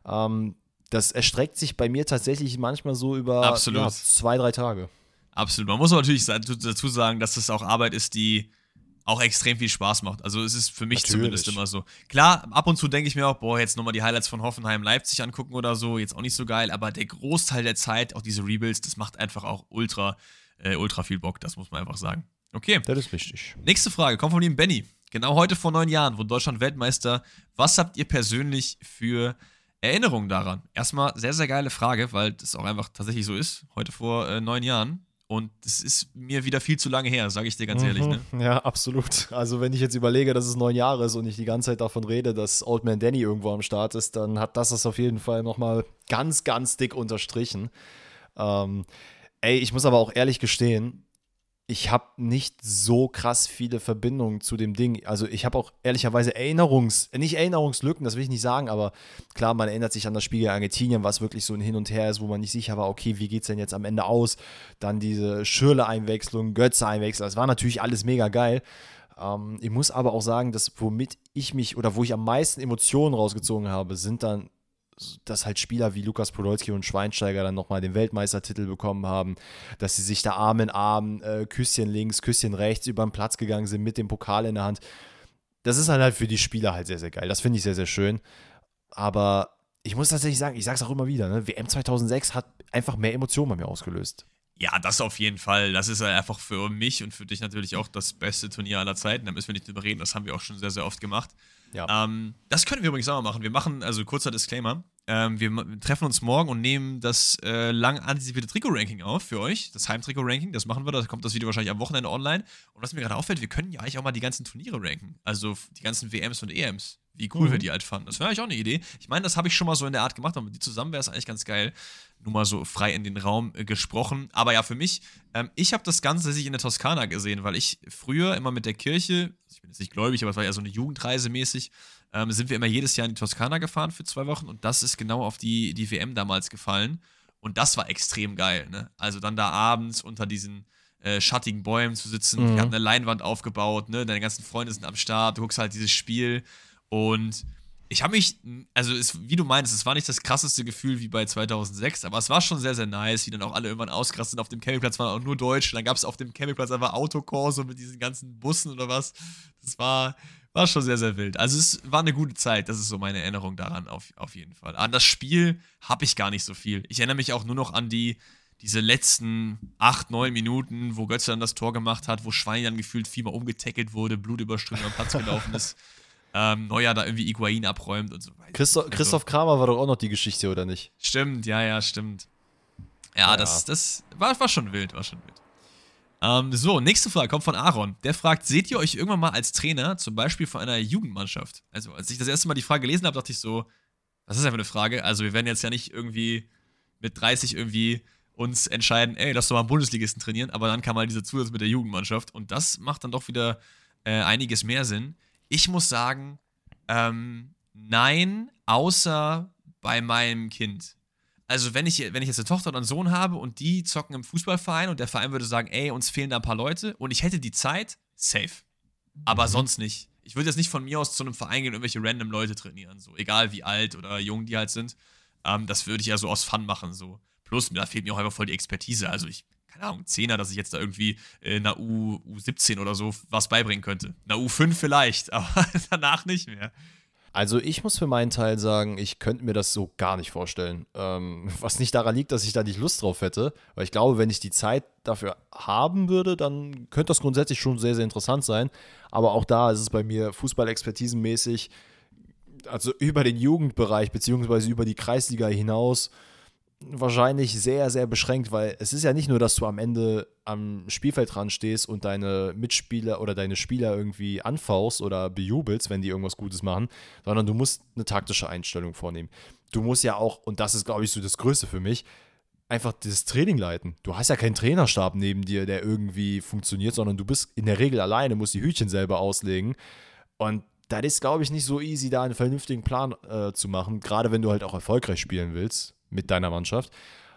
Das erstreckt sich bei mir tatsächlich manchmal so über Absolut. 2, 3 Tage. Absolut. Man muss aber natürlich dazu sagen, dass das auch Arbeit ist, die auch extrem viel Spaß macht. Also es ist für mich zumindest immer so. Klar, ab und zu denke ich mir auch, boah, jetzt nochmal die Highlights von Hoffenheim Leipzig angucken oder so, jetzt auch nicht so geil, aber der Großteil der Zeit, auch diese Rebuilds, das macht einfach auch ultra viel Bock, das muss man einfach sagen. Okay. Das ist richtig. Nächste Frage, kommt von dem Benny. Genau heute vor 9 Jahren wurde Deutschland Weltmeister. Was habt ihr persönlich für Erinnerungen daran? Erstmal sehr, sehr geile Frage, weil das auch einfach tatsächlich so ist. Heute vor 9 Jahren. Und das ist mir wieder viel zu lange her, sage ich dir ganz ehrlich. Ne? Ja, absolut. Also wenn ich jetzt überlege, dass es 9 Jahre ist und ich die ganze Zeit davon rede, dass Old Man Danny irgendwo am Start ist, dann hat das auf jeden Fall nochmal ganz, ganz dick unterstrichen. Ich muss aber auch ehrlich gestehen, ich habe nicht so krass viele Verbindungen zu dem Ding. Also ich habe auch ehrlicherweise nicht Erinnerungslücken, das will ich nicht sagen, aber klar, man erinnert sich an das Spiel gegen Argentinien, was wirklich so ein Hin und Her ist, wo man nicht sicher war, okay, wie geht's denn jetzt am Ende aus? Dann diese Schürrle-Einwechslung, Götze-Einwechslung, das war natürlich alles mega geil. Ich muss aber auch sagen, dass wo ich am meisten Emotionen rausgezogen habe, sind dann dass halt Spieler wie Lukas Podolski und Schweinsteiger dann nochmal den Weltmeistertitel bekommen haben, dass sie sich da Arm in Arm, Küsschen links, Küsschen rechts über den Platz gegangen sind mit dem Pokal in der Hand. Das ist halt für die Spieler halt sehr, sehr geil. Das finde ich sehr, sehr schön. Aber ich muss tatsächlich sagen, ich sage es auch immer wieder, ne? WM 2006 hat einfach mehr Emotionen bei mir ausgelöst. Ja, das auf jeden Fall. Das ist einfach für mich und für dich natürlich auch das beste Turnier aller Zeiten. Da müssen wir nicht drüber reden. Das haben wir auch schon sehr, sehr oft gemacht. Ja. Das können wir übrigens auch mal machen. Wir machen, also kurzer Disclaimer, wir treffen uns morgen und nehmen das lang antizipierte Trikot-Ranking auf für euch. Das Heimtrikot-Ranking, das machen wir. Da kommt das Video wahrscheinlich am Wochenende online. Und was mir gerade auffällt, wir können ja eigentlich auch mal die ganzen Turniere ranken. Also die ganzen WMs und EMs. Wie cool wir die halt fanden. Das wäre eigentlich auch eine Idee. Ich meine, das habe ich schon mal so in der Art gemacht, aber mit die zusammen wäre es eigentlich ganz geil. Nur mal so frei in den Raum gesprochen. Aber ja, für mich, ich habe das Ganze tatsächlich in der Toskana gesehen, weil ich früher immer mit der Kirche, ich bin jetzt nicht gläubig, aber es war ja so eine Jugendreise mäßig, sind wir immer jedes Jahr in die Toskana gefahren für 2 Wochen und das ist genau auf die WM damals gefallen. Und das war extrem geil, ne? Also dann da abends unter diesen schattigen Bäumen zu sitzen, wir haben eine Leinwand aufgebaut, ne? Deine ganzen Freunde sind am Start, du guckst halt dieses Spiel. Und ich habe mich, also wie du meinst, es war nicht das krasseste Gefühl wie bei 2006, aber es war schon sehr, sehr nice, wie dann auch alle irgendwann ausgerastet sind. Auf dem Campingplatz waren auch nur Deutsche. Dann gab es auf dem Campingplatz einfach Autokorso mit diesen ganzen Bussen oder was. Das war schon sehr, sehr wild. Also es war eine gute Zeit, das ist so meine Erinnerung daran auf jeden Fall. An das Spiel habe ich gar nicht so viel. Ich erinnere mich auch nur noch an diese letzten 8, 9 Minuten, wo Götze dann das Tor gemacht hat, wo Schwein dann gefühlt 4-mal umgetackelt wurde, blutüberströmt am Platz gelaufen ist. Neuer da irgendwie Higuain abräumt und so weiter. Christoph Kramer war doch auch noch die Geschichte, oder nicht? Stimmt, ja, stimmt. Ja, das war schon wild, So, nächste Frage kommt von Aaron. Der fragt, seht ihr euch irgendwann mal als Trainer, zum Beispiel von einer Jugendmannschaft? Also, als ich das erste Mal die Frage gelesen habe, dachte ich so, was ist denn für eine Frage? Also, wir werden jetzt ja nicht irgendwie mit 30 irgendwie uns entscheiden, ey, lass doch mal einen Bundesligisten trainieren, aber dann kam halt diese Zusatz mit der Jugendmannschaft und das macht dann doch wieder einiges mehr Sinn. Ich muss sagen, nein, außer bei meinem Kind. Also wenn ich jetzt eine Tochter oder einen Sohn habe und die zocken im Fußballverein und der Verein würde sagen, ey, uns fehlen da ein paar Leute und ich hätte die Zeit, safe. Aber sonst nicht. Ich würde jetzt nicht von mir aus zu einem Verein gehen und irgendwelche random Leute trainieren, so egal wie alt oder jung die halt sind. Das würde ich ja so aus Fun machen, so. Plus, da fehlt mir auch einfach voll die Expertise. Also keine Ahnung, Zehner, dass ich jetzt da irgendwie einer U17 oder so was beibringen könnte. Einer U5 vielleicht, aber danach nicht mehr. Also ich muss für meinen Teil sagen, ich könnte mir das so gar nicht vorstellen. Was nicht daran liegt, dass ich da nicht Lust drauf hätte. Weil ich glaube, wenn ich die Zeit dafür haben würde, dann könnte das grundsätzlich schon sehr, sehr interessant sein. Aber auch da ist es bei mir fußball-expertisenmäßig, also über den Jugendbereich beziehungsweise über die Kreisliga hinaus, wahrscheinlich sehr, sehr beschränkt, weil es ist ja nicht nur, dass du am Ende am Spielfeld dran stehst und deine Mitspieler oder deine Spieler irgendwie anfauchst oder bejubelst, wenn die irgendwas Gutes machen, sondern du musst eine taktische Einstellung vornehmen. Du musst ja auch, und das ist, glaube ich, so das Größte für mich, einfach das Training leiten. Du hast ja keinen Trainerstab neben dir, der irgendwie funktioniert, sondern du bist in der Regel alleine, musst die Hütchen selber auslegen und das ist, glaube ich, nicht so easy, da einen vernünftigen Plan zu machen, gerade wenn du halt auch erfolgreich spielen willst mit deiner Mannschaft.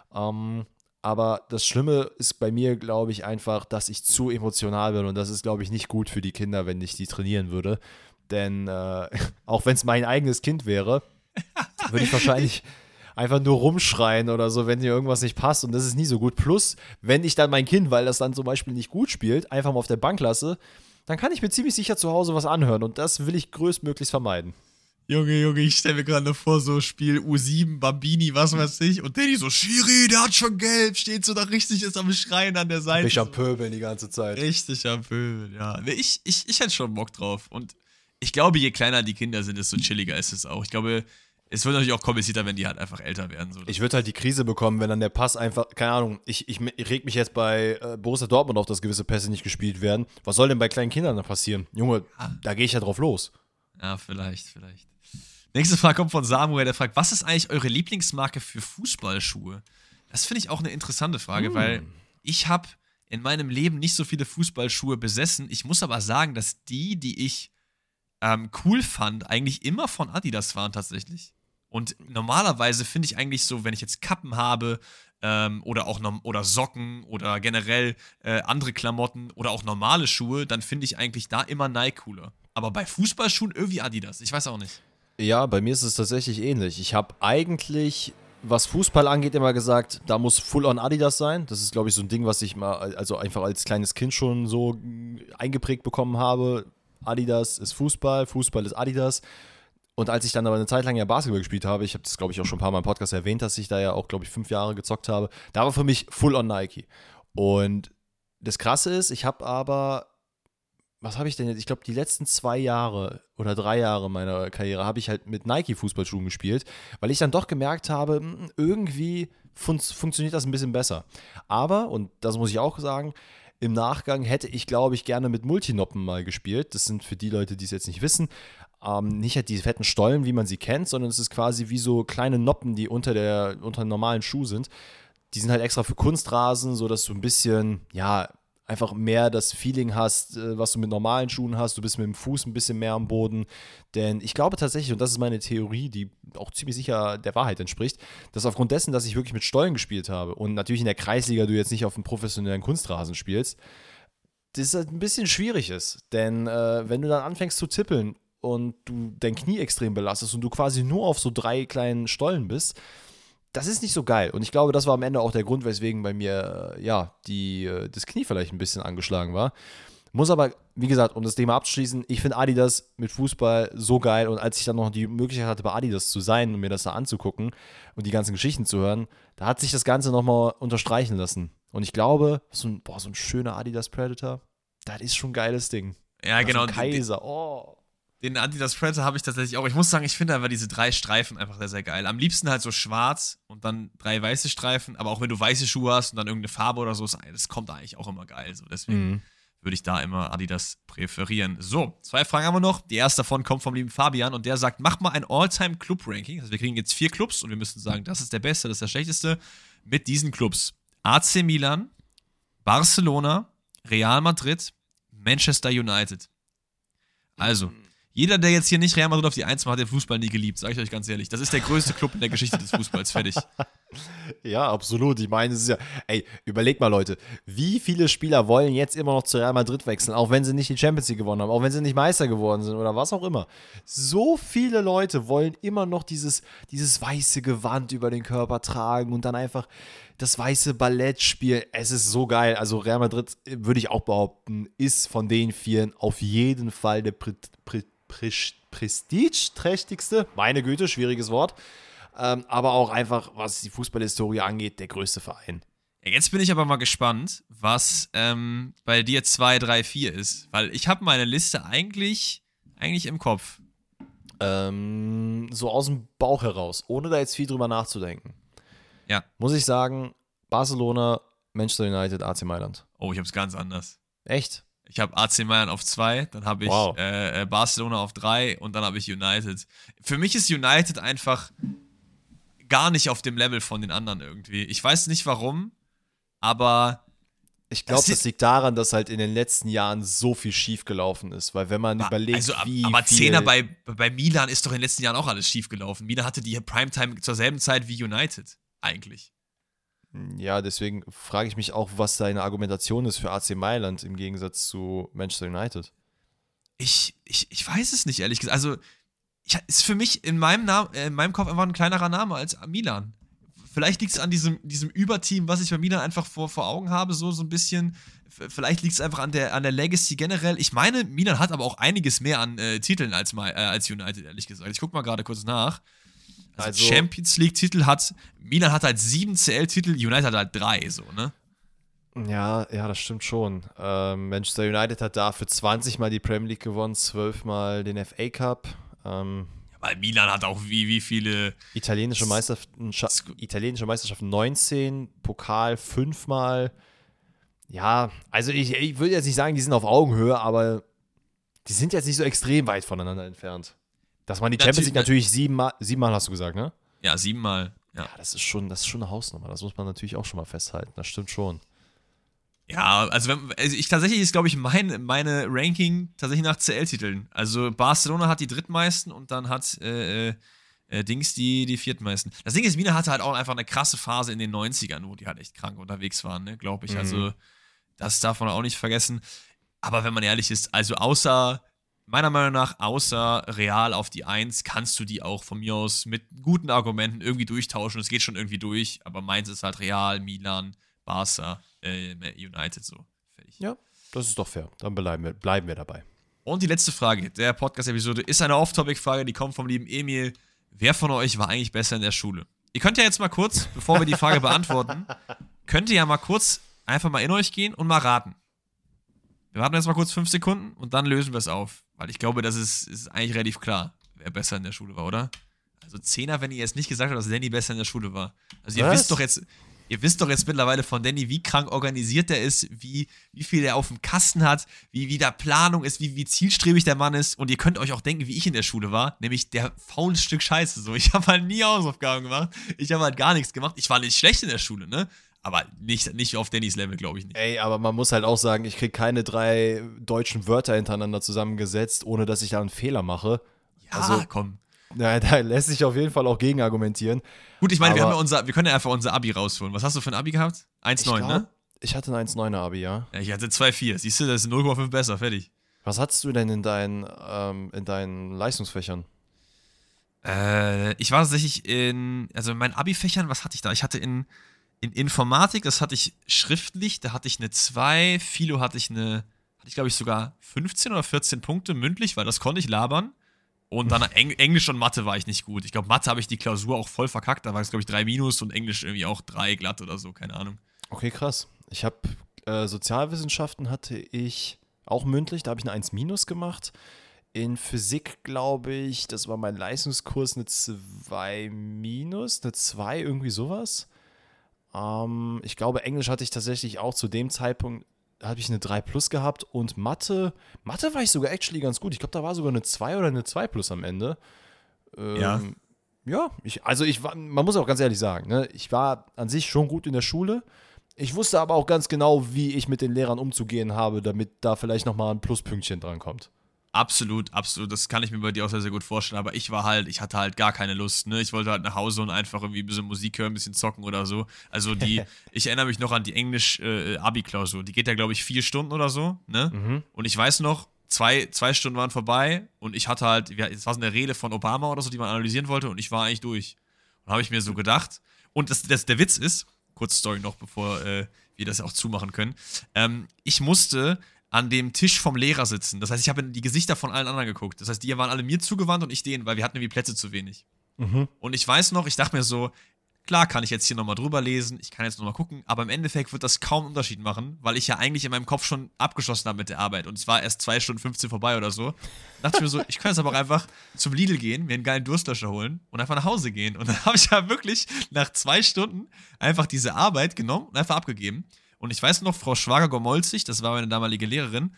Aber das Schlimme ist bei mir, glaube ich, einfach, dass ich zu emotional bin und das ist, glaube ich, nicht gut für die Kinder, wenn ich die trainieren würde. Denn auch wenn es mein eigenes Kind wäre, würde ich wahrscheinlich einfach nur rumschreien oder so, wenn dir irgendwas nicht passt und das ist nie so gut. Plus, wenn ich dann mein Kind, weil das dann zum Beispiel nicht gut spielt, einfach mal auf der Bank lasse, dann kann ich mir ziemlich sicher zu Hause was anhören und das will ich größtmöglichst vermeiden. Junge, ich stelle mir gerade vor, so Spiel U7, Bambini, was weiß ich, und Danny so, Schiri, der hat schon gelb, steht so da richtig, ist am Schreien an der Seite. Richtig am Pöbeln die ganze Zeit. Richtig am Pöbeln, ja. Ich hätte schon Bock drauf und ich glaube, je kleiner die Kinder sind, desto chilliger ist es auch. Ich glaube, es wird natürlich auch komplizierter, wenn die halt einfach älter werden. So. Ich würde halt die Krise bekommen, wenn dann der Pass einfach, keine Ahnung, ich reg mich jetzt bei Borussia Dortmund auf, dass gewisse Pässe nicht gespielt werden. Was soll denn bei kleinen Kindern da passieren? Junge, da gehe ich ja drauf los. Ja, vielleicht. Nächste Frage kommt von Samuel, der fragt, was ist eigentlich eure Lieblingsmarke für Fußballschuhe? Das finde ich auch eine interessante Frage, weil ich habe in meinem Leben nicht so viele Fußballschuhe besessen. Ich muss aber sagen, dass die ich cool fand, eigentlich immer von Adidas waren tatsächlich. Und normalerweise finde ich eigentlich so, wenn ich jetzt Kappen habe oder Socken oder generell andere Klamotten oder auch normale Schuhe, dann finde ich eigentlich da immer Nike cooler. Aber bei Fußballschuhen irgendwie Adidas. Ich weiß auch nicht. Ja, bei mir ist es tatsächlich ähnlich. Ich habe eigentlich, was Fußball angeht, immer gesagt, da muss Full-on Adidas sein. Das ist, glaube ich, so ein Ding, was ich mal, also einfach als kleines Kind schon so eingeprägt bekommen habe. Adidas ist Fußball, Fußball ist Adidas. Und als ich dann aber eine Zeit lang ja Basketball gespielt habe, ich habe das, glaube ich, auch schon ein paar Mal im Podcast erwähnt, dass ich da ja auch, glaube ich, 5 Jahre gezockt habe, da war für mich Full-on Nike. Und das Krasse ist, ich habe aber, was habe ich denn jetzt? Ich glaube, die letzten 2 Jahre oder 3 Jahre meiner Karriere habe ich halt mit Nike-Fußballschuhen gespielt, weil ich dann doch gemerkt habe, irgendwie funktioniert das ein bisschen besser. Aber, und das muss ich auch sagen, im Nachgang hätte ich, glaube ich, gerne mit Multinoppen mal gespielt. Das sind für die Leute, die es jetzt nicht wissen, nicht halt die fetten Stollen, wie man sie kennt, sondern es ist quasi wie so kleine Noppen, die unter einem normalen Schuh sind. Die sind halt extra für Kunstrasen, sodass du ein bisschen, ja, einfach mehr das Feeling hast, was du mit normalen Schuhen hast. Du bist mit dem Fuß ein bisschen mehr am Boden. Denn ich glaube tatsächlich, und das ist meine Theorie, die auch ziemlich sicher der Wahrheit entspricht, dass aufgrund dessen, dass ich wirklich mit Stollen gespielt habe und natürlich in der Kreisliga du jetzt nicht auf einem professionellen Kunstrasen spielst, das halt ein bisschen schwierig ist. Denn wenn du dann anfängst zu tippeln und du dein Knie extrem belastest und du quasi nur auf so 3 kleinen Stollen bist, das ist nicht so geil. Und ich glaube, das war am Ende auch der Grund, weswegen bei mir, das Knie vielleicht ein bisschen angeschlagen war. Muss aber, wie gesagt, um das Thema abzuschließen, ich finde Adidas mit Fußball so geil. Und als ich dann noch die Möglichkeit hatte, bei Adidas zu sein und mir das da anzugucken und die ganzen Geschichten zu hören, da hat sich das Ganze nochmal unterstreichen lassen. Und ich glaube, so ein schöner Adidas Predator, das ist schon ein geiles Ding. Ja, genau. So ein Kaiser, oh. Den Adidas Predator habe ich tatsächlich auch. Ich muss sagen, ich finde einfach diese 3 Streifen einfach sehr, sehr geil. Am liebsten halt so schwarz und dann 3 weiße Streifen. Aber auch wenn du weiße Schuhe hast und dann irgendeine Farbe oder so, das kommt eigentlich auch immer geil. So, deswegen würde ich da immer Adidas präferieren. So, 2 Fragen haben wir noch. Die erste davon kommt vom lieben Fabian und der sagt, mach mal ein All-Time-Club-Ranking. Also wir kriegen jetzt 4 Clubs und wir müssen sagen, das ist der Beste, das ist der Schlechteste. Mit diesen Clubs: AC Milan, Barcelona, Real Madrid, Manchester United. Also, jeder, der jetzt hier nicht Real Madrid auf die 1 macht, hat den Fußball nie geliebt, sage ich euch ganz ehrlich. Das ist der größte Club in der Geschichte des Fußballs, fertig. Ja, absolut. Ich meine, es ist ja, ey, überleg mal, Leute, wie viele Spieler wollen jetzt immer noch zu Real Madrid wechseln, auch wenn sie nicht die Champions League gewonnen haben, auch wenn sie nicht Meister geworden sind oder was auch immer. So viele Leute wollen immer noch dieses weiße Gewand über den Körper tragen und dann einfach das weiße Ballett spielen. Es ist so geil. Also Real Madrid, würde ich auch behaupten, ist von den 4 auf jeden Fall der prestigeträchtigste, meine Güte, schwieriges Wort, aber auch einfach, was die Fußballhistorie angeht, der größte Verein. Ja, jetzt bin ich aber mal gespannt, was bei dir 2, 3, 4 ist, weil ich habe meine Liste eigentlich im Kopf. So aus dem Bauch heraus, ohne da jetzt viel drüber nachzudenken. Ja. Muss ich sagen, Barcelona, Manchester United, AC Mailand. Oh, ich habe es ganz anders. Echt? Ich habe AC Mailand auf 2, dann habe ich Barcelona auf 3 und dann habe ich United. Für mich ist United einfach gar nicht auf dem Level von den anderen irgendwie. Ich weiß nicht warum, aber ich glaube, das liegt daran, dass halt in den letzten Jahren so viel schief gelaufen ist, weil wenn man überlegt, aber Zehner bei Milan ist doch in den letzten Jahren auch alles schief gelaufen. Milan hatte die Primetime zur selben Zeit wie United, eigentlich. Ja, deswegen frage ich mich auch, was deine Argumentation ist für AC Mailand im Gegensatz zu Manchester United. Ich weiß es nicht, ehrlich gesagt. Also, ist für mich in meinem Kopf einfach ein kleinerer Name als Milan. Vielleicht liegt es an diesem Überteam, was ich bei Milan einfach vor Augen habe, so ein bisschen. Vielleicht liegt es einfach an der Legacy generell. Ich meine, Milan hat aber auch einiges mehr an Titeln als United, ehrlich gesagt. Ich gucke mal gerade kurz nach. Also Champions League-Titel Milan hat halt 7 CL-Titel, United hat halt 3, so, ne? Ja, das stimmt schon. Manchester United hat dafür 20 Mal die Premier League gewonnen, 12 Mal den FA Cup. Weil Milan hat auch wie viele italienische Meisterschaften 19, Pokal 5 Mal. Ja, also ich würde jetzt nicht sagen, die sind auf Augenhöhe, aber die sind jetzt nicht so extrem weit voneinander entfernt. Dass man die Champions League natürlich 7 Mal hast du gesagt, ne? Ja, 7 Mal. Ja, das ist schon eine Hausnummer. Das muss man natürlich auch schon mal festhalten. Das stimmt schon. Ja, also tatsächlich ist, glaube ich, meine Ranking tatsächlich nach CL-Titeln. Also Barcelona hat die drittmeisten und dann hat Dings die viertmeisten. Das Ding ist, Milan hatte halt auch einfach eine krasse Phase in den 90ern, wo die halt echt krank unterwegs waren, ne, glaube ich. Also das darf man auch nicht vergessen. Aber wenn man ehrlich ist, also meiner Meinung nach, außer Real auf die 1, kannst du die auch von mir aus mit guten Argumenten irgendwie durchtauschen. Es geht schon irgendwie durch, aber meins ist halt Real, Milan, Barca, United so. Fertig. Ja, das ist doch fair. Dann bleiben wir dabei. Und die letzte Frage der Podcast-Episode ist eine Off-Topic-Frage, die kommt vom lieben Emil. Wer von euch war eigentlich besser in der Schule? Ihr könnt ja jetzt mal kurz, bevor wir die Frage beantworten, könnt ihr ja mal kurz einfach mal in euch gehen und mal raten. Wir warten jetzt mal kurz 5 Sekunden und dann lösen wir es auf. Weil ich glaube, das ist eigentlich relativ klar, wer besser in der Schule war, oder? Also 10er, wenn ihr jetzt nicht gesagt habt, dass Danny besser in der Schule war. Also ihr wisst doch jetzt mittlerweile von Danny, wie krank organisiert der ist, wie viel er auf dem Kasten hat, wie da Planung ist, wie zielstrebig der Mann ist. Und ihr könnt euch auch denken, wie ich in der Schule war, nämlich der faules Stück Scheiße. So, ich habe halt nie Hausaufgaben gemacht, ich habe halt gar nichts gemacht. Ich war nicht schlecht in der Schule, ne? Aber nicht auf Dannys Level, glaube ich nicht. Ey, aber man muss halt auch sagen, ich kriege keine 3 deutschen Wörter hintereinander zusammengesetzt, ohne dass ich da einen Fehler mache. Ja, also, komm. Ja, da lässt sich auf jeden Fall auch gegen argumentieren. Gut, ich meine, wir können ja einfach unser Abi rausholen. Was hast du für ein Abi gehabt? 1,9, ne? Ich hatte ein 1,9er Abi, ja. Ja, ich hatte 2,4. Siehst du, das ist 0,5 besser, fertig. Was hattest du denn in deinen Leistungsfächern? Ich war tatsächlich in meinen Abi-Fächern, was hatte ich da? Ich hatte in Informatik, das hatte ich schriftlich, da hatte ich eine 2, Philo hatte ich glaube ich sogar 15 oder 14 Punkte mündlich, weil das konnte ich labern. Und dann Englisch und Mathe war ich nicht gut. Ich glaube, Mathe habe ich die Klausur auch voll verkackt, da war es, glaube ich, 3 minus und Englisch irgendwie auch 3 glatt oder so, keine Ahnung. Okay, krass. Ich habe Sozialwissenschaften hatte ich auch mündlich, da habe ich eine 1 minus gemacht. In Physik, glaube ich, das war mein Leistungskurs eine 2 minus, eine 2 irgendwie sowas. Ich glaube, Englisch hatte ich tatsächlich auch zu dem Zeitpunkt, habe ich eine 3 plus gehabt und Mathe war ich sogar actually ganz gut. Ich glaube, da war sogar eine 2 oder eine 2 plus am Ende. Ja. Ja, man muss auch ganz ehrlich sagen, ne, ich war an sich schon gut in der Schule. Ich wusste aber auch ganz genau, wie ich mit den Lehrern umzugehen habe, damit da vielleicht nochmal ein Pluspünktchen dran kommt. Absolut, absolut. Das kann ich mir bei dir auch sehr, sehr gut vorstellen. Aber ich hatte halt gar keine Lust. Ne? Ich wollte halt nach Hause und einfach irgendwie ein bisschen Musik hören, ein bisschen zocken oder so. Also ich erinnere mich noch an die Englisch-Abi-Klausur. Die geht ja, glaube ich, 4 Stunden oder so. Ne? Mhm. Und ich weiß noch, zwei Stunden waren vorbei und ich hatte halt, es war so eine Rede von Obama oder so, die man analysieren wollte und ich war eigentlich durch. Und habe ich mir so gedacht. Und der Witz ist, kurze Story noch, bevor wir das auch zumachen können. Ich musste an dem Tisch vom Lehrer sitzen. Das heißt, ich habe in die Gesichter von allen anderen geguckt. Das heißt, die waren alle mir zugewandt und ich denen, weil wir hatten irgendwie Plätze zu wenig. Mhm. Und ich weiß noch, ich dachte mir so, klar kann ich jetzt hier nochmal drüber lesen, ich kann jetzt nochmal gucken, aber im Endeffekt wird das kaum einen Unterschied machen, weil ich ja eigentlich in meinem Kopf schon abgeschlossen habe mit der Arbeit und es war erst 2 Stunden 15 vorbei oder so. Da dachte ich mir so, ich kann jetzt aber auch einfach zum Lidl gehen, mir einen geilen Durstlöscher holen und einfach nach Hause gehen. Und dann habe ich ja wirklich nach 2 Stunden einfach diese Arbeit genommen und einfach abgegeben. Und ich weiß noch, Frau Schwager-Gomolzig, das war meine damalige Lehrerin,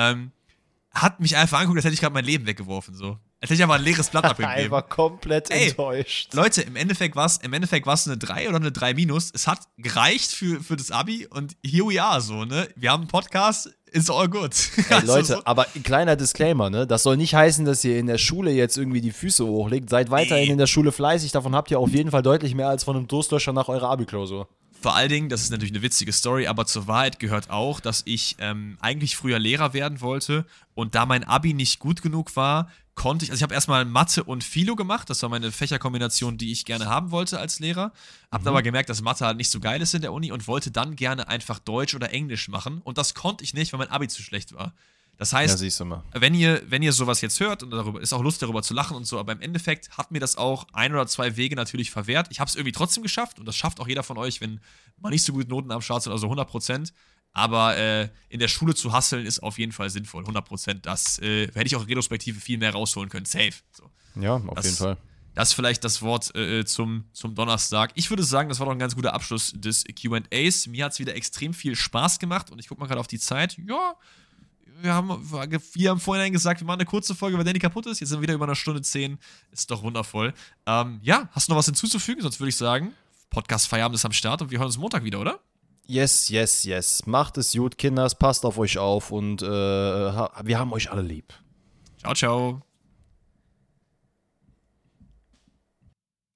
hat mich einfach angeguckt, als hätte ich gerade mein Leben weggeworfen, so. Als hätte ich einfach ein leeres Blatt abgegeben. Einfach komplett enttäuscht. Leute, im Endeffekt war es eine 3 oder eine 3 minus. Es hat gereicht für das Abi und here we are, so, ne? Wir haben einen Podcast, it's all good. Hey, Leute, aber ein kleiner Disclaimer, ne? Das soll nicht heißen, dass ihr in der Schule jetzt irgendwie die Füße hochlegt. Seid weiterhin in der Schule fleißig, davon habt ihr auf jeden Fall deutlich mehr als von einem Durstlöscher nach eurer Abi-Klausur. Vor allen Dingen, das ist natürlich eine witzige Story, aber zur Wahrheit gehört auch, dass ich eigentlich früher Lehrer werden wollte und da mein Abi nicht gut genug war, also ich habe erstmal Mathe und Philo gemacht, das war meine Fächerkombination, die ich gerne haben wollte als Lehrer, hab aber gemerkt, dass Mathe halt nicht so geil ist in der Uni und wollte dann gerne einfach Deutsch oder Englisch machen und das konnte ich nicht, weil mein Abi zu schlecht war. Das heißt, Ja, siehst du mal. wenn ihr sowas jetzt hört und darüber ist auch Lust darüber zu lachen und so, aber im Endeffekt hat mir das auch 1 oder 2 Wege natürlich verwehrt. Ich habe es irgendwie trotzdem geschafft und das schafft auch jeder von euch, wenn man nicht so gut Noten am Start sind, also 100%. Aber in der Schule zu hustlen ist auf jeden Fall sinnvoll, 100%. Das hätte ich auch in Retrospektive viel mehr rausholen können. Safe. So. Ja, auf jeden Fall. Das ist vielleicht das Wort zum Donnerstag. Ich würde sagen, das war doch ein ganz guter Abschluss des Q&As. Mir hat es wieder extrem viel Spaß gemacht und ich gucke mal gerade auf die Zeit. Ja, wir haben vorhin gesagt, wir machen eine kurze Folge, weil Danny kaputt ist. Jetzt sind wir wieder über 1 Stunde 10. Ist doch wundervoll. Ja, hast du noch was hinzuzufügen? Sonst würde ich sagen, Podcast Feierabend ist am Start und wir hören uns Montag wieder, oder? Yes. Macht es gut, Kinders, passt auf euch auf und wir haben euch alle lieb. Ciao, ciao.